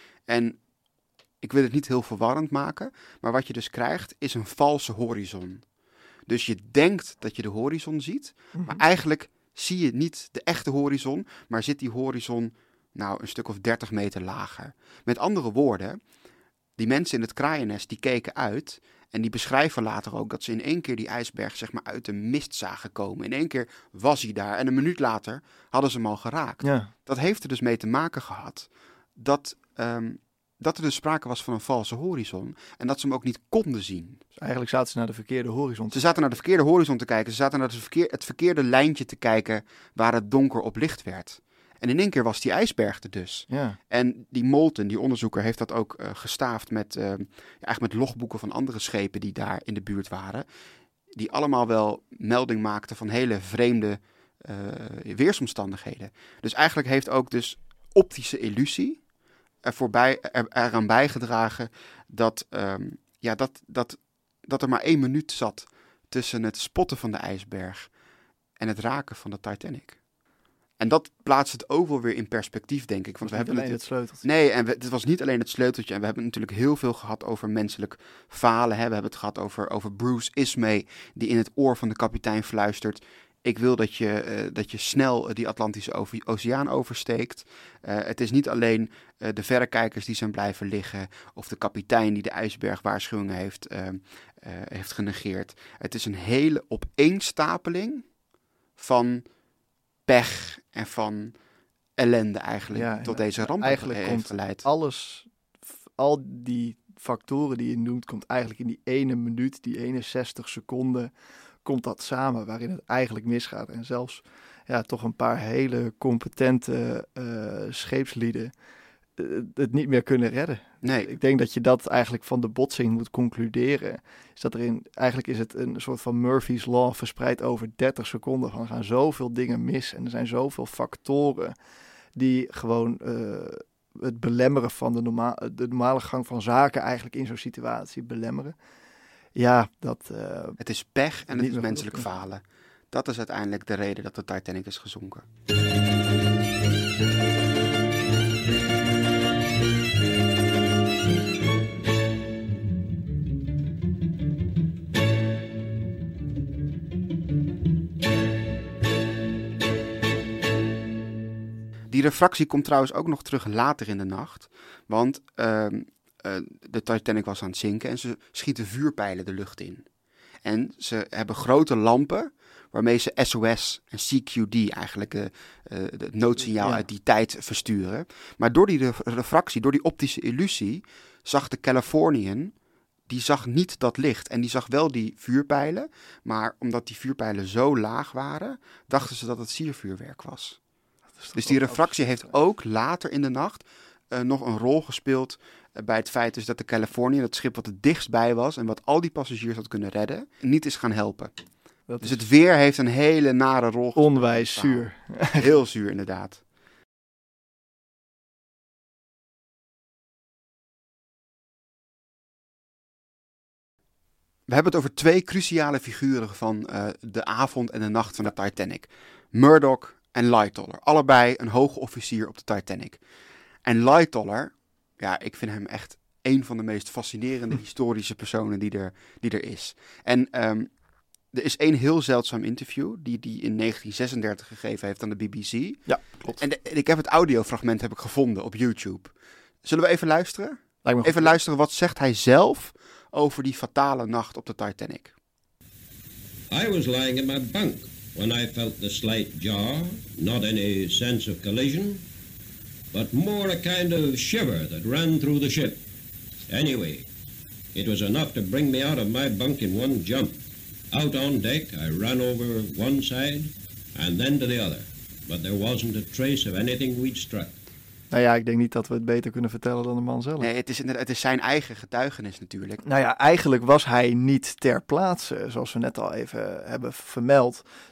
En ik wil het niet heel verwarrend maken, maar wat je dus krijgt, is een valse horizon. Dus je denkt dat je de horizon ziet, Mm-hmm. maar eigenlijk zie je niet de echte horizon, maar zit die horizon nou een stuk of dertig meter lager. Met andere woorden, die mensen in het kraaiennest die keken uit en die beschrijven later ook dat ze in één keer die ijsberg zeg maar uit de mist zagen komen. In één keer was hij daar en een minuut later hadden ze hem al geraakt. Ja. Dat heeft er dus mee te maken gehad dat, um, dat er dus sprake was van een valse horizon en dat ze hem ook niet konden zien. Dus eigenlijk zaten ze naar de verkeerde horizon. Ze zaten naar de verkeerde horizon te kijken. Ze zaten naar het, verkeer, het verkeerde lijntje te kijken waar het donker op licht werd. En in één keer was die ijsberg er dus. Ja. En die Moulton, die onderzoeker, heeft dat ook uh, gestaafd met, uh, ja, eigenlijk met logboeken van andere schepen die daar in de buurt waren. Die allemaal wel melding maakten van hele vreemde uh, weersomstandigheden. Dus eigenlijk heeft ook dus optische illusie er voorbij, er, eraan bijgedragen dat, um, ja, dat, dat, dat er maar één minuut zat tussen het spotten van de ijsberg en het raken van de Titanic. En dat plaatst het ook wel weer in perspectief, denk ik. Want we hebben alleen het, het sleuteltje. Nee, en we, het was niet alleen het sleuteltje. En we hebben natuurlijk heel veel gehad over menselijk falen. Hè. We hebben het gehad over, over Bruce Ismay, die in het oor van de kapitein fluistert: ik wil dat je, uh, dat je snel die Atlantische o- Oceaan oversteekt. Uh, het is niet alleen uh, de verrekijkers die zijn blijven liggen, of de kapitein die de ijsbergwaarschuwingen heeft, uh, uh, heeft genegeerd. Het is een hele opeenstapeling van pech en van ellende eigenlijk, Ja, tot deze ramp eigenlijk heeft komt geleid. Alles, al die factoren die je noemt, komt eigenlijk in die ene minuut, die ene zestig seconden, komt dat samen waarin het eigenlijk misgaat. En zelfs ja, toch een paar hele competente uh, scheepslieden uh, het niet meer kunnen redden. Nee. Ik denk dat je dat eigenlijk van de botsing moet concluderen. Is dat er in, eigenlijk is het een soort van Murphy's Law verspreid over dertig seconden. Van er gaan zoveel dingen mis en er zijn zoveel factoren die gewoon uh, het belemmeren van de, norma- de normale gang van zaken eigenlijk in zo'n situatie belemmeren. Ja, dat... Uh, het is pech en het is meer menselijk goed op, falen. Dat is uiteindelijk de reden dat de Titanic is gezonken. Die refractie komt trouwens ook nog terug later in de nacht. Want uh, uh, de Titanic was aan het zinken en ze schieten vuurpijlen de lucht in. En ze hebben grote lampen waarmee ze S O S en C Q D, eigenlijk uh, uh, het noodsignaal ja. uit die tijd, versturen. Maar door die refractie, door die optische illusie, zag de Californian, die zag niet dat licht. En die zag wel die vuurpijlen, maar omdat die vuurpijlen zo laag waren, dachten ze dat het siervuurwerk was. Dus die refractie heeft ook later in de nacht uh, nog een rol gespeeld uh, bij het feit dus dat de Californian, het schip wat het dichtst bij was en wat al die passagiers had kunnen redden, niet is gaan helpen. Dat dus het weer heeft een hele nare rol gespeeld. Onwijs zuur. Heel zuur, inderdaad. We hebben het over twee cruciale figuren van uh, de avond en de nacht van de Titanic. Murdoch en Lightoller. Allebei een hoge officier op de Titanic. En Lightoller, ja, ik vind hem echt een van de meest fascinerende historische personen die er, die er is. En um, er is één heel zeldzaam interview die hij in negentien zesendertig gegeven heeft aan de B B C. Ja, klopt. En de, ik heb het audiofragment heb ik gevonden op YouTube. Zullen we even luisteren? Even goed. luisteren, wat zegt hij zelf over die fatale nacht op de Titanic? I was lying in my bunk when I felt the slight jar, not any sense of collision, but more a kind of shiver that ran through the ship. Anyway, it was enough to bring me out of my bunk in one jump. Out on deck, I ran over one side and then to the other, but there wasn't a trace of anything we'd struck. Nou ja, ik denk niet dat we het beter kunnen vertellen dan de man zelf. Nee, het is, het is zijn eigen getuigenis natuurlijk. Nou ja, eigenlijk was hij niet ter plaatse, zoals we net al even hebben vermeld,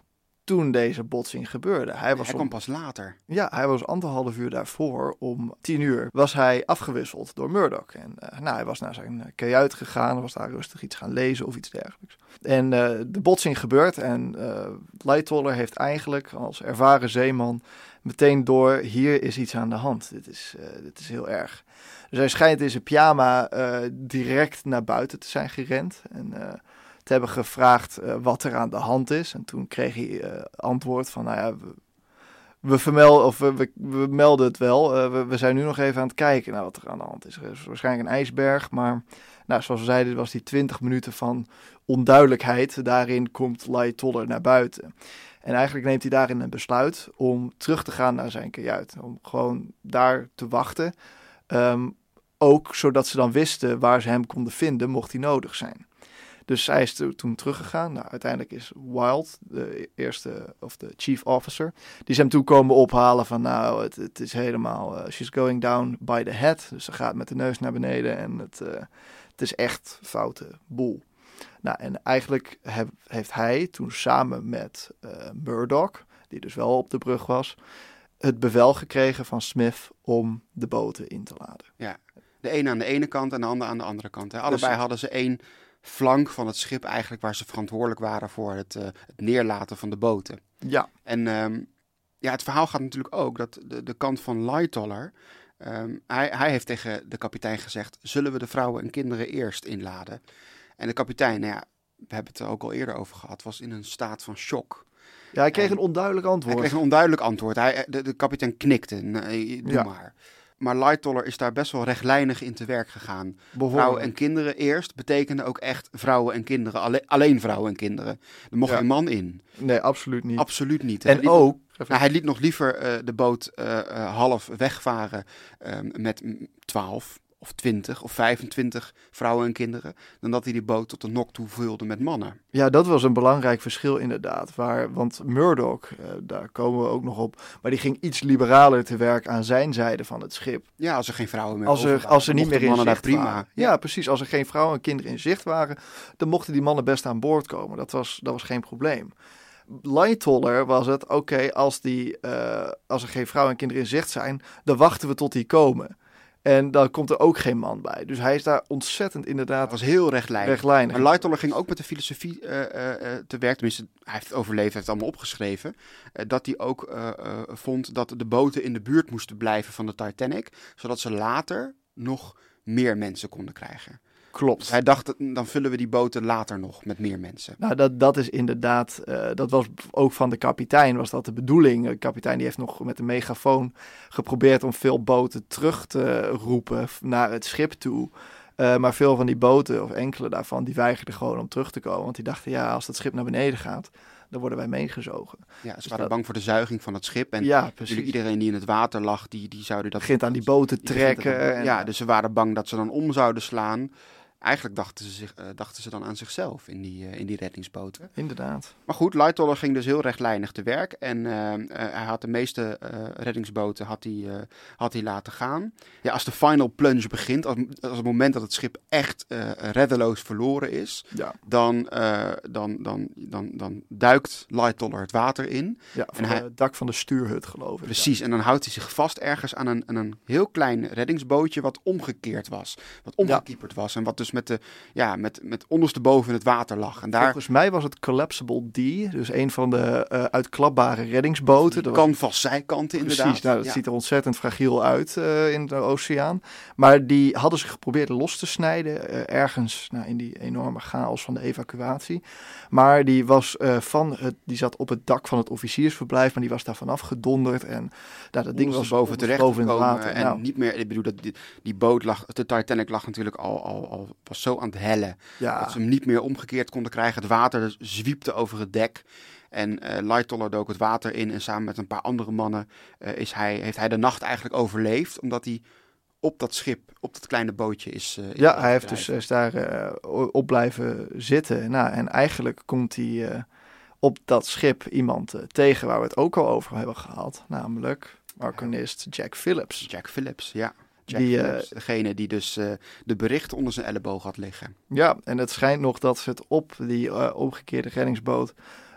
toen deze botsing gebeurde. Hij, was hij om, kwam pas later. Ja, hij was anderhalf uur daarvoor, om tien uur, was hij afgewisseld door Murdoch. En uh, nou, hij was naar zijn kajuit gegaan, was daar rustig iets gaan lezen of iets dergelijks. En uh, de botsing gebeurt en uh, Lightoller heeft eigenlijk als ervaren zeeman meteen door, hier is iets aan de hand. Dit is, uh, dit is heel erg. Dus hij schijnt in zijn pyjama uh, direct naar buiten te zijn gerend en uh, te hebben gevraagd uh, wat er aan de hand is. En toen kreeg hij uh, antwoord van, nou ja, we, we, vermelden, of we, we, we melden het wel. Uh, we, we zijn nu nog even aan het kijken naar wat er aan de hand is. Er is waarschijnlijk een ijsberg, maar nou, zoals we zeiden, was die twintig minuten van onduidelijkheid. Daarin komt Lightoller naar buiten. En eigenlijk neemt hij daarin een besluit om terug te gaan naar zijn kajuit. Om gewoon daar te wachten. Um, ook zodat ze dan wisten waar ze hem konden vinden, mocht hij nodig zijn. Dus hij is toen teruggegaan. Nou, uiteindelijk is Wild, de eerste, of de chief officer, die is hem toen komen ophalen van, nou, het, het is helemaal, uh, she's going down by the head. Dus ze gaat met de neus naar beneden en het, uh, het is echt foute boel. Nou, en eigenlijk heb, heeft hij toen samen met uh, Murdoch, die dus wel op de brug was, het bevel gekregen van Smith om de boten in te laden. Ja, de ene aan de ene kant en de andere aan de andere kant. Hè. Allebei Precies. hadden ze één flank van het schip eigenlijk waar ze verantwoordelijk waren voor het, uh, het neerlaten van de boten. Ja. En um, ja, het verhaal gaat natuurlijk ook dat de, de kant van Lightoller, um, hij, hij heeft tegen de kapitein gezegd, zullen we de vrouwen en kinderen eerst inladen? En de kapitein, nou ja, we hebben het er ook al eerder over gehad, was in een staat van shock. Ja, hij kreeg en, een onduidelijk antwoord. Hij kreeg een onduidelijk antwoord. Hij, de, de kapitein knikte, nee, doe ja. maar. Maar Lightoller is daar best wel rechtlijnig in te werk gegaan. Vrouwen en kinderen eerst betekende ook echt vrouwen en kinderen. Alleen, alleen vrouwen en kinderen. Er mocht ja. geen man in. Nee, absoluut niet. Absoluut niet. En hij ook... Nog, nou, hij liet nog liever uh, de boot uh, uh, half wegvaren uh, met twaalf of twintig of vijfentwintig vrouwen en kinderen, dan dat hij die boot tot de nok toe vulde met mannen. Ja, dat was een belangrijk verschil inderdaad. Waar, want Murdoch, uh, daar komen we ook nog op, maar die ging iets liberaler te werk aan zijn zijde van het schip. Ja, als er geen vrouwen meer als er, over waren, als er niet meer in mannen zicht daar prima. waren. Ja, ja, precies. Als er geen vrouwen en kinderen in zicht waren, dan mochten die mannen best aan boord komen. Dat was, dat was geen probleem. Lightoller was het, oké, okay, als, die, uh, als er geen vrouwen en kinderen in zicht zijn, dan wachten we tot die komen. En dan komt er ook geen man bij. Dus hij is daar ontzettend inderdaad... Dat was heel rechtlijnig. rechtlijnig. Maar Lightoller ging ook met de filosofie uh, uh, te werk. Tenminste, hij heeft het overleefd, hij heeft het allemaal opgeschreven. Uh, dat hij ook uh, uh, vond dat de boten in de buurt moesten blijven van de Titanic. Zodat ze later nog meer mensen konden krijgen. Klopt. Dus hij dacht, dan vullen we die boten later nog met meer mensen. Nou, dat, dat is inderdaad, uh, dat was ook van de kapitein, was dat de bedoeling. De kapitein die heeft nog met een megafoon geprobeerd om veel boten terug te roepen naar het schip toe. Uh, maar veel van die boten, of enkele daarvan, die weigerden gewoon om terug te komen. Want die dachten, ja, als dat schip naar beneden gaat, dan worden wij meegezogen. Ja, ze dus waren dat... bang voor de zuiging van het schip. En ja, natuurlijk iedereen die in het water lag, die, die zouden dat... begint aan die boten die trekken. Dan, en... Ja, dus ze waren bang dat ze dan om zouden slaan. Eigenlijk dachten ze, zich, uh, dachten ze dan aan zichzelf in die, uh, in die reddingsboten. Inderdaad. Maar goed, Lightoller ging dus heel rechtlijnig te werk. En uh, uh, hij had de meeste uh, reddingsboten had hij, uh, had hij laten gaan. Ja, als de final plunge begint, als, als het moment dat het schip echt uh, reddeloos verloren is, ja. dan, uh, dan, dan, dan, dan duikt Lightoller het water in. Ja, van en hij, het dak van de stuurhut, geloof ik. Precies, ja. En dan houdt hij zich vast ergens aan een, aan een heel klein reddingsbootje wat omgekeerd was. Wat omgekieperd ja. was en wat dus met de, ja, met, met ondersteboven in het water lag. En daar... Volgens mij was het Collapsible D, dus een van de uh, uitklapbare reddingsboten. Die kan vast zijkanten inderdaad. Precies, nou, dat ja. ziet er ontzettend fragiel uit uh, in de oceaan. Maar die hadden ze geprobeerd los te snijden, uh, ergens nou, in die enorme chaos van de evacuatie. Maar die, was, uh, van het, die zat op het dak van het officiersverblijf, maar die was daar vanaf gedonderd. En nou, dat ding was boven terecht boven in het gekomen water. En nou. niet meer, ik bedoel, dat die, die boot lag, de Titanic lag natuurlijk al, al, al was zo aan het hellen. Ja. Dat ze hem niet meer omgekeerd konden krijgen. Het water zwiepte over het dek. En uh, Lightoller dook het water in. En samen met een paar andere mannen uh, is hij, heeft hij de nacht eigenlijk overleefd. Omdat hij op dat schip, op dat kleine bootje is... Uh, ja, hij heeft dus is daar uh, op blijven zitten. Nou, en eigenlijk komt hij uh, op dat schip iemand uh, tegen waar we het ook al over hebben gehad. Namelijk marconist Jack Phillips. Jack Phillips, ja. Jack die, Phillips, uh, degene die dus uh, de berichten onder zijn elleboog had liggen. Ja, en het schijnt nog dat ze het op die uh, omgekeerde reddingsboot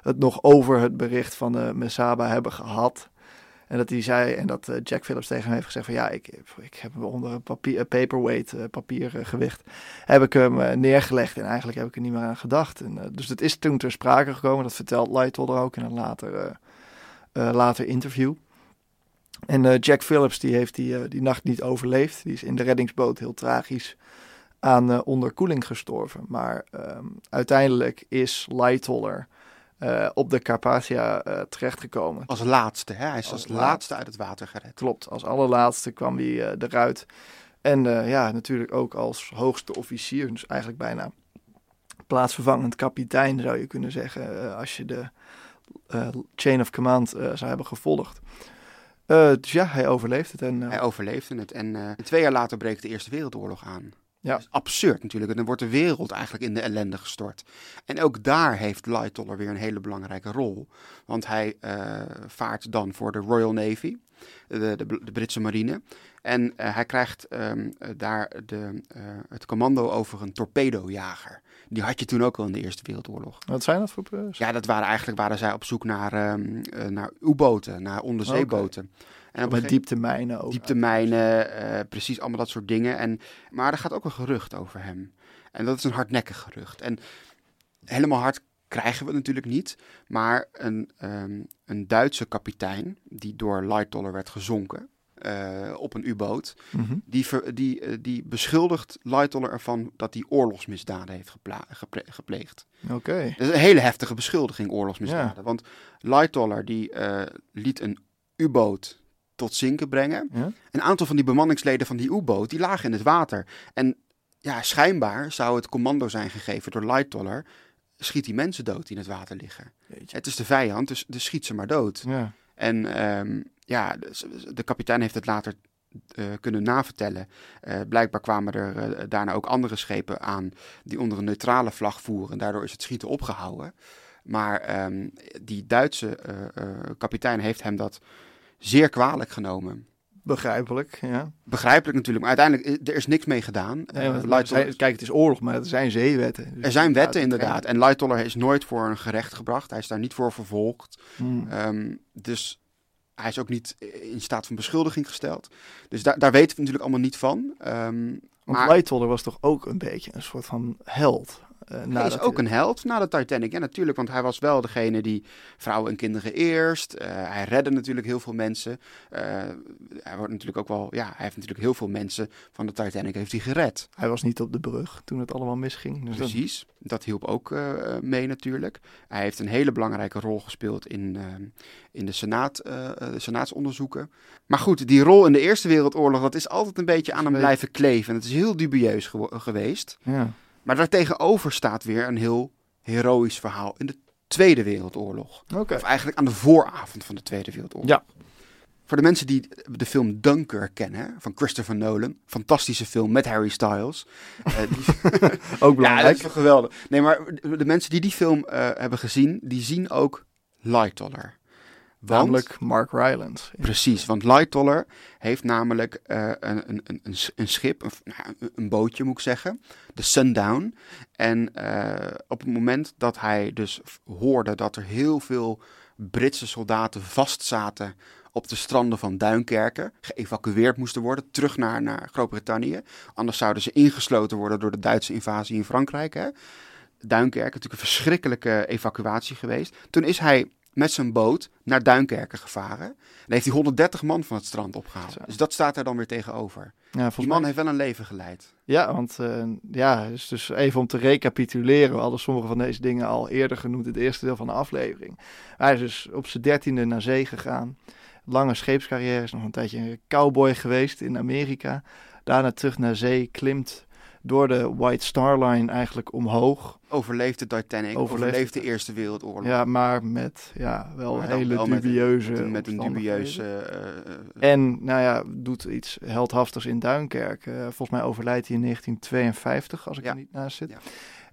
het nog over het bericht van de Mesaba hebben gehad. En dat hij zei, en dat uh, Jack Phillips tegen hem heeft gezegd van ja, ik, ik heb hem onder een papier, uh, paperweight, uh, papiergewicht, uh, heb ik hem uh, neergelegd en eigenlijk heb ik er niet meer aan gedacht. En, uh, dus het is toen ter sprake gekomen, dat vertelt Lightoller ook in een later, uh, uh, later interview. En uh, Jack Phillips die heeft die, uh, die nacht niet overleefd, die is in de reddingsboot heel tragisch aan uh, onderkoeling gestorven. Maar um, uiteindelijk is Lightoller Uh, op de Carpathia uh, terechtgekomen. Als laatste, hè? Hij is als, als laatste. laatste uit het water gered. Klopt, als allerlaatste kwam hij uh, eruit. En uh, ja, natuurlijk ook als hoogste officier, dus eigenlijk bijna plaatsvervangend kapitein zou je kunnen zeggen, uh, als je de uh, chain of command uh, zou hebben gevolgd. Uh, dus ja, hij overleeft het. En, uh, hij overleefde het en uh, twee jaar later breekt de Eerste Wereldoorlog aan. Ja. Dat is absurd natuurlijk. En dan wordt de wereld eigenlijk in de ellende gestort. En ook daar heeft Lightoller weer een hele belangrijke rol. Want hij uh, vaart dan voor de Royal Navy, de, de, de Britse marine. En uh, hij krijgt um, daar de, uh, het commando over een torpedojager. Die had je toen ook al in de Eerste Wereldoorlog. Wat zijn dat voor pers? Ja, dat waren eigenlijk waren zij op zoek naar, um, uh, naar U-boten, naar onderzeeboten. Okay. En op met dieptemijnen ook. Dieptemijnen, uh, precies allemaal dat soort dingen. En, maar er gaat ook een gerucht over hem. En dat is een hardnekkig gerucht. En helemaal hard krijgen we het natuurlijk niet. Maar een, um, een Duitse kapitein, die door Lightoller werd gezonken uh, op een U-boot, mm-hmm. die, ver, die, uh, die beschuldigt Lightoller ervan dat hij oorlogsmisdaden heeft gepla- gepre- gepleegd. Oké. Okay. Dat is een hele heftige beschuldiging, oorlogsmisdaden. Ja. Want Lightoller die uh, liet een U-boot tot zinken brengen. Ja? Een aantal van die bemanningsleden van die U-boot, die lagen in het water. En ja, schijnbaar zou het commando zijn gegeven door Lightoller. Schiet die mensen dood die in het water liggen. Jeetje. Het is de vijand, dus, dus schiet ze maar dood. Ja. En um, ja, de, de kapitein heeft het later uh, kunnen navertellen. Uh, blijkbaar kwamen er uh, daarna ook andere schepen aan die onder een neutrale vlag voeren. En daardoor is het schieten opgehouden. Maar um, die Duitse uh, uh, kapitein heeft hem dat zeer kwalijk genomen. Begrijpelijk, ja. Begrijpelijk natuurlijk, maar uiteindelijk er is niks mee gedaan. Nee, uh, Lightoller... Kijk, het is oorlog, maar er zijn zeewetten. Dus er zijn wetten inderdaad. En Lightoller is nooit voor een gerecht gebracht. Hij is daar niet voor vervolgd. Hmm. Um, dus hij is ook niet in staat van beschuldiging gesteld. Dus daar, daar weten we natuurlijk allemaal niet van. Um, Want maar... Lightoller was toch ook een beetje een soort van held? Uh, hij is ook hij... een held na de Titanic. Ja, natuurlijk, want hij was wel degene die vrouwen en kinderen eerst. Uh, hij redde natuurlijk heel veel mensen. Uh, hij wordt natuurlijk ook wel, ja, hij heeft natuurlijk heel veel mensen van de Titanic heeft hij gered. Hij was niet op de brug toen het allemaal misging. Dus Precies, dat... dat hielp ook uh, mee natuurlijk. Hij heeft een hele belangrijke rol gespeeld in, uh, in de, Senaat, uh, de Senaatsonderzoeken. Maar goed, die rol in de Eerste Wereldoorlog, dat is altijd een beetje aan hem blijven kleven. En het is heel dubieus ge- geweest. Ja. Maar daartegenover staat weer een heel heroïsch verhaal in de Tweede Wereldoorlog. Okay. Of eigenlijk aan de vooravond van de Tweede Wereldoorlog. Ja. Voor de mensen die de film Dunkirk kennen, van Christopher Nolan. Fantastische film met Harry Styles. Uh, die... ook belangrijk. Ja, dat is wel geweldig. Nee, maar de mensen die die film uh, hebben gezien, die zien ook Lightoller. Want, namelijk Mark Rylance. Precies, want Lightoller heeft namelijk uh, een, een, een, een schip, een, nou, een bootje moet ik zeggen, de Sundown. En uh, op het moment dat hij dus hoorde dat er heel veel Britse soldaten vastzaten op de stranden van Duinkerken, geëvacueerd moesten worden, terug naar, naar Groot-Brittannië. Anders zouden ze ingesloten worden door de Duitse invasie in Frankrijk. Hè? Duinkerken, natuurlijk een verschrikkelijke evacuatie geweest. Toen is hij met zijn boot naar Duinkerken gevaren. En heeft hij honderddertig man van het strand opgehaald. Zo. Dus dat staat er dan weer tegenover. Ja, die man mij... heeft wel een leven geleid. Ja, want uh, ja, dus, dus even om te recapituleren. We hadden sommige van deze dingen al eerder genoemd in het eerste deel van de aflevering. Hij is dus op zijn dertiende naar zee gegaan. Lange scheepscarrière, is nog een tijdje een cowboy geweest in Amerika. Daarna terug naar zee, klimt door de White Star Line eigenlijk omhoog. Overleefde Titanic, overleefde, overleefde de Eerste Wereldoorlog. Ja, maar met ja, wel maar hele wel dubieuze... Met een, met een dubieuze... Uh, en, nou ja, doet iets heldhaftigs in Duinkerk. Uh, volgens mij overlijdt hij in negentien tweeënvijftig, als ik ja. er niet naast zit. Ja.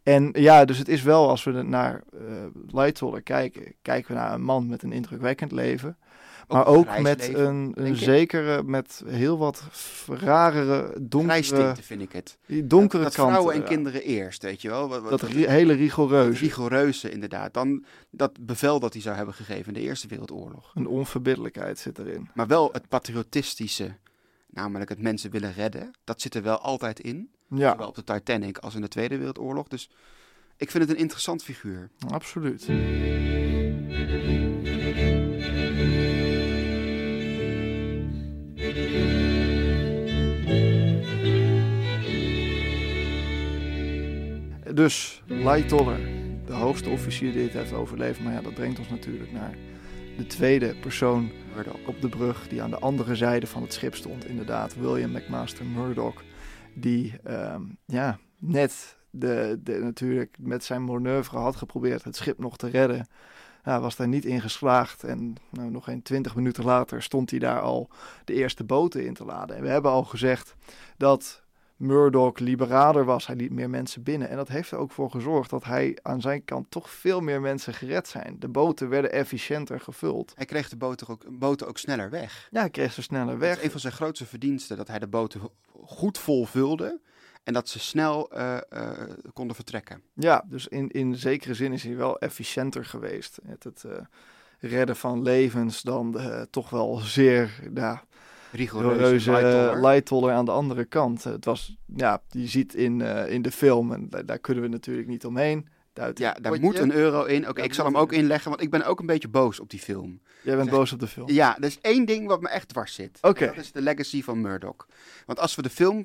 En ja, dus het is wel, als we naar uh, Lightoller kijken, kijken we naar een man met een indrukwekkend leven. Maar ook, ook met leven, een, een zekere, met heel wat rarere, donkere... Grijstinten vind ik het. Die donkere dat, dat kanten. vrouwen en kinderen eerst, weet je wel. Wat, wat, dat ri- hele rigoureuze. Dat rigoureuze, inderdaad. Dan dat bevel dat hij zou hebben gegeven in de Eerste Wereldoorlog. Een onverbiddelijkheid zit erin. Maar wel het patriotistische, namelijk het mensen willen redden. Dat zit er wel altijd in. Ja. Zowel op de Titanic als in de Tweede Wereldoorlog. Dus ik vind het een interessant figuur. Absoluut. Dus Lightoller, de hoogste officier die het heeft overleefd. Maar ja, dat brengt ons natuurlijk naar de tweede persoon Murdoch op de brug die aan de andere zijde van het schip stond. Inderdaad, William McMaster Murdoch. Die um, ja, net de, de, natuurlijk met zijn manoeuvre had geprobeerd het schip nog te redden. Ja, was daar niet in geslaagd. En nou, nog geen twintig minuten later stond hij daar al de eerste boten in te laden. En we hebben al gezegd dat Murdoch liberaler was. Hij liet meer mensen binnen. En dat heeft er ook voor gezorgd dat hij aan zijn kant toch veel meer mensen gered zijn. De boten werden efficiënter gevuld. Hij kreeg de boten ook, boten ook sneller weg. Ja, hij kreeg ze sneller weg. Dat is een van zijn grootste verdiensten, dat hij de boten goed vol vulde. En dat ze snel uh, uh, konden vertrekken. Ja, dus in, in zekere zin is hij wel efficiënter geweest. Het, het uh, redden van levens dan uh, toch wel zeer... Ja, rigoureuze Lightoller. Lightoller aan de andere kant. Het was, ja, je ziet in, uh, in de film, en daar, daar kunnen we natuurlijk niet omheen. Ja, daar potje. Moet een euro in. Oké, okay, ik zal hem ook inleggen, want ik ben ook een beetje boos op die film. Jij bent zeg, boos op de film? Ja, er is één ding wat me echt dwars zit. Okay. Dat is de legacy van Murdoch. Want als we de film...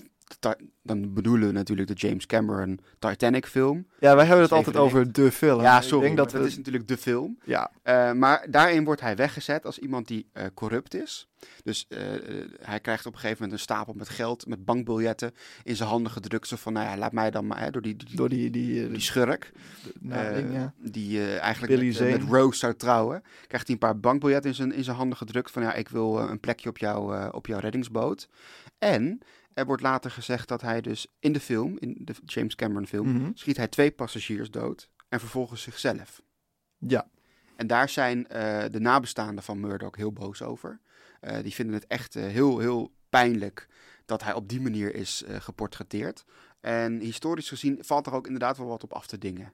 Dan bedoelen we natuurlijk de James Cameron Titanic film. Ja, wij hebben het altijd over de film. Ja, sorry, ik denk dat, dat we... is natuurlijk de film. Ja. Uh, maar daarin wordt hij weggezet als iemand die uh, corrupt is. Dus uh, uh, hij krijgt op een gegeven moment een stapel met geld, met bankbiljetten in zijn handen gedrukt. Zo van, nou ja, laat mij dan maar, hè, door die, die, door die, die, die, die schurk, nou, uh, ja. die uh, eigenlijk met, uh, met Rose zou trouwen. Krijgt hij een paar bankbiljetten in zijn, in zijn handen gedrukt van, ja, ik wil uh, een plekje op, jou, uh, op jouw reddingsboot. En... Er wordt later gezegd dat hij dus in de film, in de James Cameron film, mm-hmm. schiet hij twee passagiers dood en vervolgens zichzelf. Ja. En daar zijn uh, de nabestaanden van Murdoch heel boos over. Uh, die vinden het echt uh, heel, heel pijnlijk dat hij op die manier is uh, geportretteerd. En historisch gezien valt er ook inderdaad wel wat op af te dingen.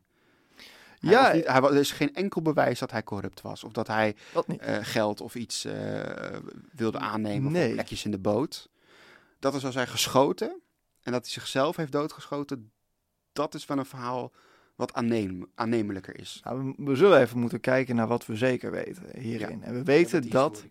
Hij ja, was niet, hij was, er is geen enkel bewijs dat hij corrupt was. Of dat hij dat niet. Uh, geld of iets uh, wilde aannemen nee. of plekjes in de boot. Dat er zou zijn geschoten en dat hij zichzelf heeft doodgeschoten, dat is wel een verhaal wat aanneem, aannemelijker is. Nou, we, we zullen even moeten kijken naar wat we zeker weten hierin. Ja, en we weten dat...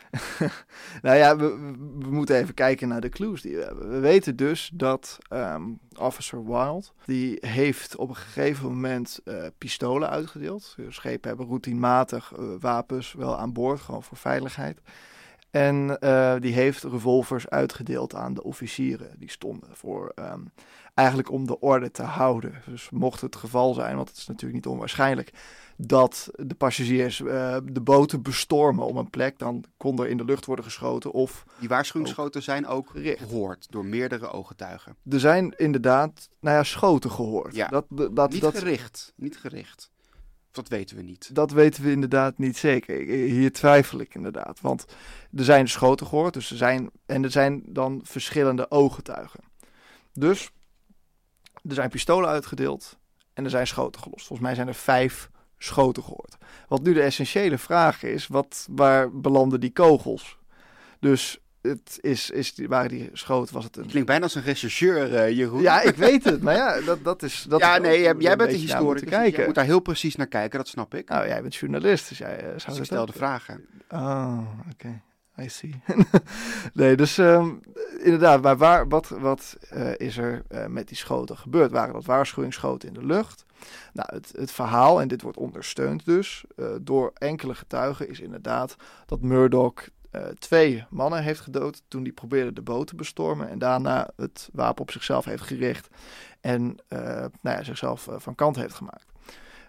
nou ja, we, we moeten even kijken naar de clues die we hebben. We weten dus dat um, Officer Wilde, die heeft op een gegeven moment uh, pistolen uitgedeeld. Schepen hebben routinematig uh, wapens wel aan boord, gewoon voor veiligheid. En uh, die heeft revolvers uitgedeeld aan de officieren die stonden voor um, eigenlijk om de orde te houden. Dus mocht het geval zijn, want het is natuurlijk niet onwaarschijnlijk, dat de passagiers uh, de boten bestormen om een plek, dan kon er in de lucht worden geschoten of... Die waarschuwingsschoten zijn ook gericht. gehoord door meerdere ooggetuigen. Er zijn inderdaad, nou ja, schoten gehoord. Ja, dat, dat, niet dat, gericht, niet gericht. Dat weten we niet. Dat weten we inderdaad niet zeker. Hier twijfel ik inderdaad. Want er zijn schoten gehoord. Dus er zijn, en er zijn dan verschillende ooggetuigen. Dus er zijn pistolen uitgedeeld. En er zijn schoten gelost. Volgens mij zijn er vijf schoten gehoord. Wat nu de essentiële vraag is. Wat, waar belanden die kogels? Dus... Het is, is, waren die schoten, was het een... Klinkt bijna als een rechercheur, uh, Jeroen. Ja, ik weet het, maar ja, dat, dat is... Dat ja, is nee, jij, jij bent een historicus, dus jij moet daar heel precies naar kijken, dat snap ik. Nou, jij bent journalist, dus jij uh, zou dus ik stel de vragen. Oh, oké, okay. I see. nee, dus um, inderdaad, maar waar, wat, wat uh, is er uh, met die schoten gebeurd? Waren dat waarschuwingsschoten in de lucht? Nou, het, het verhaal, en dit wordt ondersteund dus uh, door enkele getuigen, is inderdaad dat Murdoch... Uh, twee mannen heeft gedood toen die probeerden de boot te bestormen en daarna het wapen op zichzelf heeft gericht en uh, nou ja, zichzelf uh, van kant heeft gemaakt.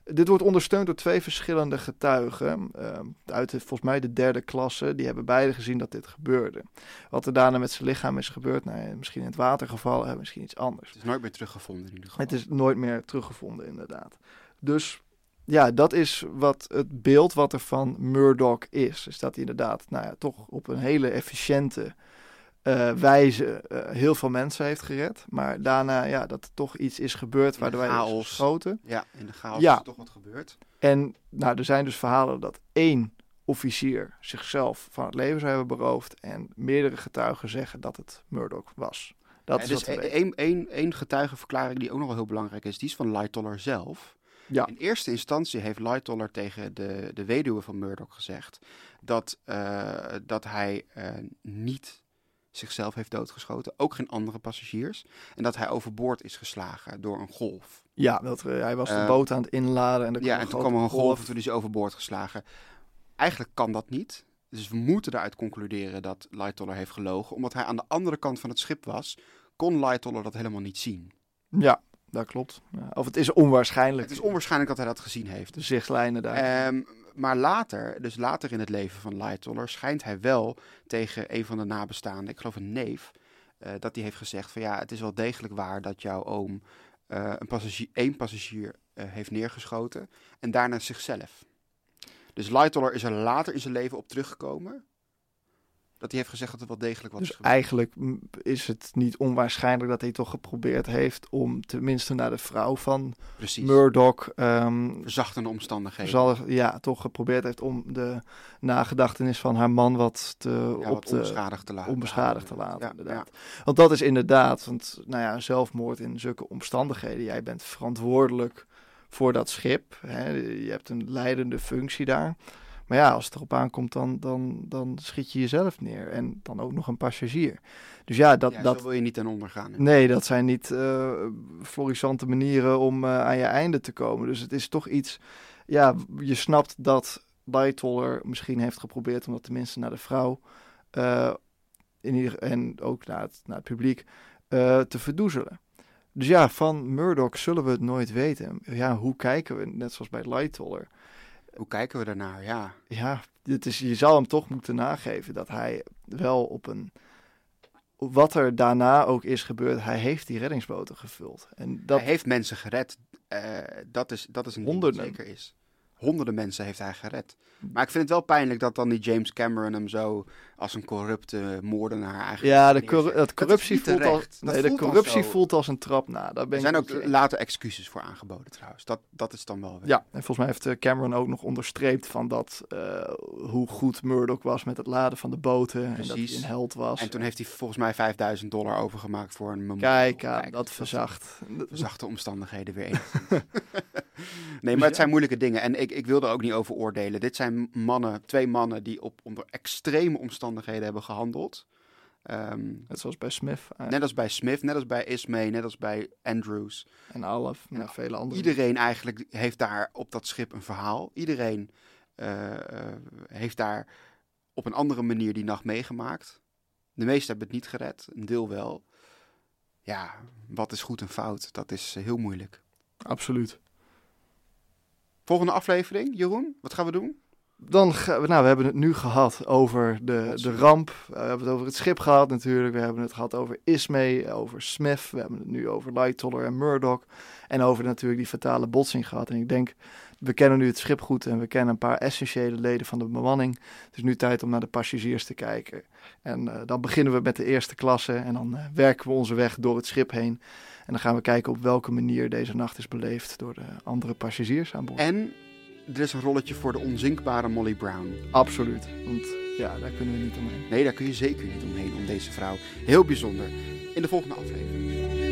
Dit wordt ondersteund door twee verschillende getuigen. Uh, uit de, volgens mij de derde klasse. Die hebben beide gezien dat dit gebeurde. Wat er daarna met zijn lichaam is gebeurd. Nou, misschien in het water gevallen. Uh, misschien iets anders. Het is nooit meer teruggevonden in ieder geval. Het is nooit meer teruggevonden inderdaad. Dus ja, dat is wat het beeld wat er van Murdoch is. Is dat hij inderdaad nou ja, toch op een hele efficiënte uh, wijze uh, heel veel mensen heeft gered. Maar daarna ja, dat er toch iets is gebeurd waardoor hij is geschoten. Ja, in de chaos ja. is er toch wat gebeurd. En nou, er zijn dus verhalen dat één officier zichzelf van het leven zou hebben beroofd. En meerdere getuigen zeggen dat het Murdoch was. Dat ja, is dus wat we één, één, één getuigenverklaring die ook nog wel heel belangrijk is. Die is van Lightoller zelf. Ja. In eerste instantie heeft Lightoller tegen de, de weduwe van Murdoch gezegd dat, uh, dat hij uh, niet zichzelf heeft doodgeschoten, ook geen andere passagiers, en dat hij overboord is geslagen door een golf. Ja, dat, uh, hij was de uh, boot aan het inladen en er ja, kwam en toen kwam er een golf, golf en toen is hij overboord geslagen. Eigenlijk kan dat niet. Dus we moeten eruit concluderen dat Lightoller heeft gelogen, omdat hij aan de andere kant van het schip was, kon Lightoller dat helemaal niet zien. Ja. Dat klopt. Ja, of het is onwaarschijnlijk. Het is onwaarschijnlijk dat hij dat gezien heeft. De zichtlijnen daar. Um, maar later, dus later in het leven van Lightoller, schijnt hij wel tegen een van de nabestaanden, ik geloof een neef, uh, dat hij heeft gezegd van ja, het is wel degelijk waar dat jouw oom uh, een passagier, één passagier uh, heeft neergeschoten en daarna zichzelf. Dus Lightoller is er later in zijn leven op teruggekomen. Dat hij heeft gezegd dat het wel degelijk was. Dus eigenlijk is het niet onwaarschijnlijk dat hij toch geprobeerd heeft om tenminste naar de vrouw van Precies. Murdoch Um, verzachtende omstandigheden. Zal, ja, toch geprobeerd heeft om de nagedachtenis van haar man wat te, ja, op wat de, onbeschadigd te laten. Onbeschadigd te laten ja, inderdaad. Ja. Want dat is inderdaad, want nou ja, zelfmoord in zulke omstandigheden. Jij bent verantwoordelijk voor dat schip. Hè, je hebt een leidende functie daar. Maar ja, als het erop aankomt, dan, dan, dan schiet je jezelf neer. En dan ook nog een passagier. Dus ja, dat... Ja, dat zo wil je niet ten onder gaan. Hè? Nee, dat zijn niet uh, florissante manieren om uh, aan je einde te komen. Dus het is toch iets... Ja, je snapt dat Lightoller misschien heeft geprobeerd om dat tenminste naar de vrouw... Uh, in ieder, en ook naar het, naar het publiek uh, te verdoezelen. Dus ja, van Murdoch zullen we het nooit weten. Ja, hoe kijken we, net zoals bij Lightoller... Hoe kijken we daarnaar? Ja, ja dit is, je zou hem toch moeten nageven dat hij wel op een... Wat er daarna ook is gebeurd, hij heeft die reddingsboten gevuld. En dat hij heeft mensen gered. Uh, dat, is, dat is een ding dat zeker is. Honderden mensen heeft hij gered. Maar ik vind het wel pijnlijk dat dan die James Cameron hem zo als een corrupte moordenaar eigenlijk... Ja, de cor- dat corruptie, dat voelt, als, nee, voelt de corruptie voelt als een trap na. Daar ben er zijn ook je... later excuses voor aangeboden trouwens. Dat, dat is dan wel... Weg. Ja, en volgens mij heeft Cameron ook nog onderstreept van dat uh, hoe goed Murdoch was met het laden van de boten. Precies. En dat hij een held was. En toen heeft hij volgens mij vijfduizend dollar overgemaakt voor een memorial. Kijk, ja, Kijk, dat verzacht. Verzachte omstandigheden weer eens. Nee, maar het zijn moeilijke dingen. En ik, ik wil er ook niet over oordelen. Dit zijn mannen, twee mannen die op onder extreme omstandigheden hebben gehandeld. Um, net zoals bij Smith. Eigenlijk. Net als bij Smith, net als bij Ismay, net als bij Andrews. En Alf, en nou, vele anderen. Iedereen eigenlijk heeft daar op dat schip een verhaal. Iedereen uh, uh, heeft daar op een andere manier die nacht meegemaakt. De meesten hebben het niet gered, een deel wel. Ja, wat is goed en fout? Dat is uh, heel moeilijk. Absoluut. Volgende aflevering, Jeroen, wat gaan we doen? Dan gaan we, nou, we hebben het nu gehad over de, de ramp. We hebben het over het schip gehad natuurlijk. We hebben het gehad over Ismay, over Smith. We hebben het nu over Lightoller en Murdoch. En over natuurlijk die fatale botsing gehad. En ik denk, we kennen nu het schip goed en we kennen een paar essentiële leden van de bemanning. Het is nu tijd om naar de passagiers te kijken. En uh, dan beginnen we met de eerste klasse en dan uh, werken we onze weg door het schip heen. En dan gaan we kijken op welke manier deze nacht is beleefd door de andere passagiers aan boord. En er is een rolletje voor de onzinkbare Molly Brown. Absoluut, want ja, daar kunnen we niet omheen. Nee, daar kun je zeker niet omheen om deze vrouw. Heel bijzonder. In de volgende aflevering.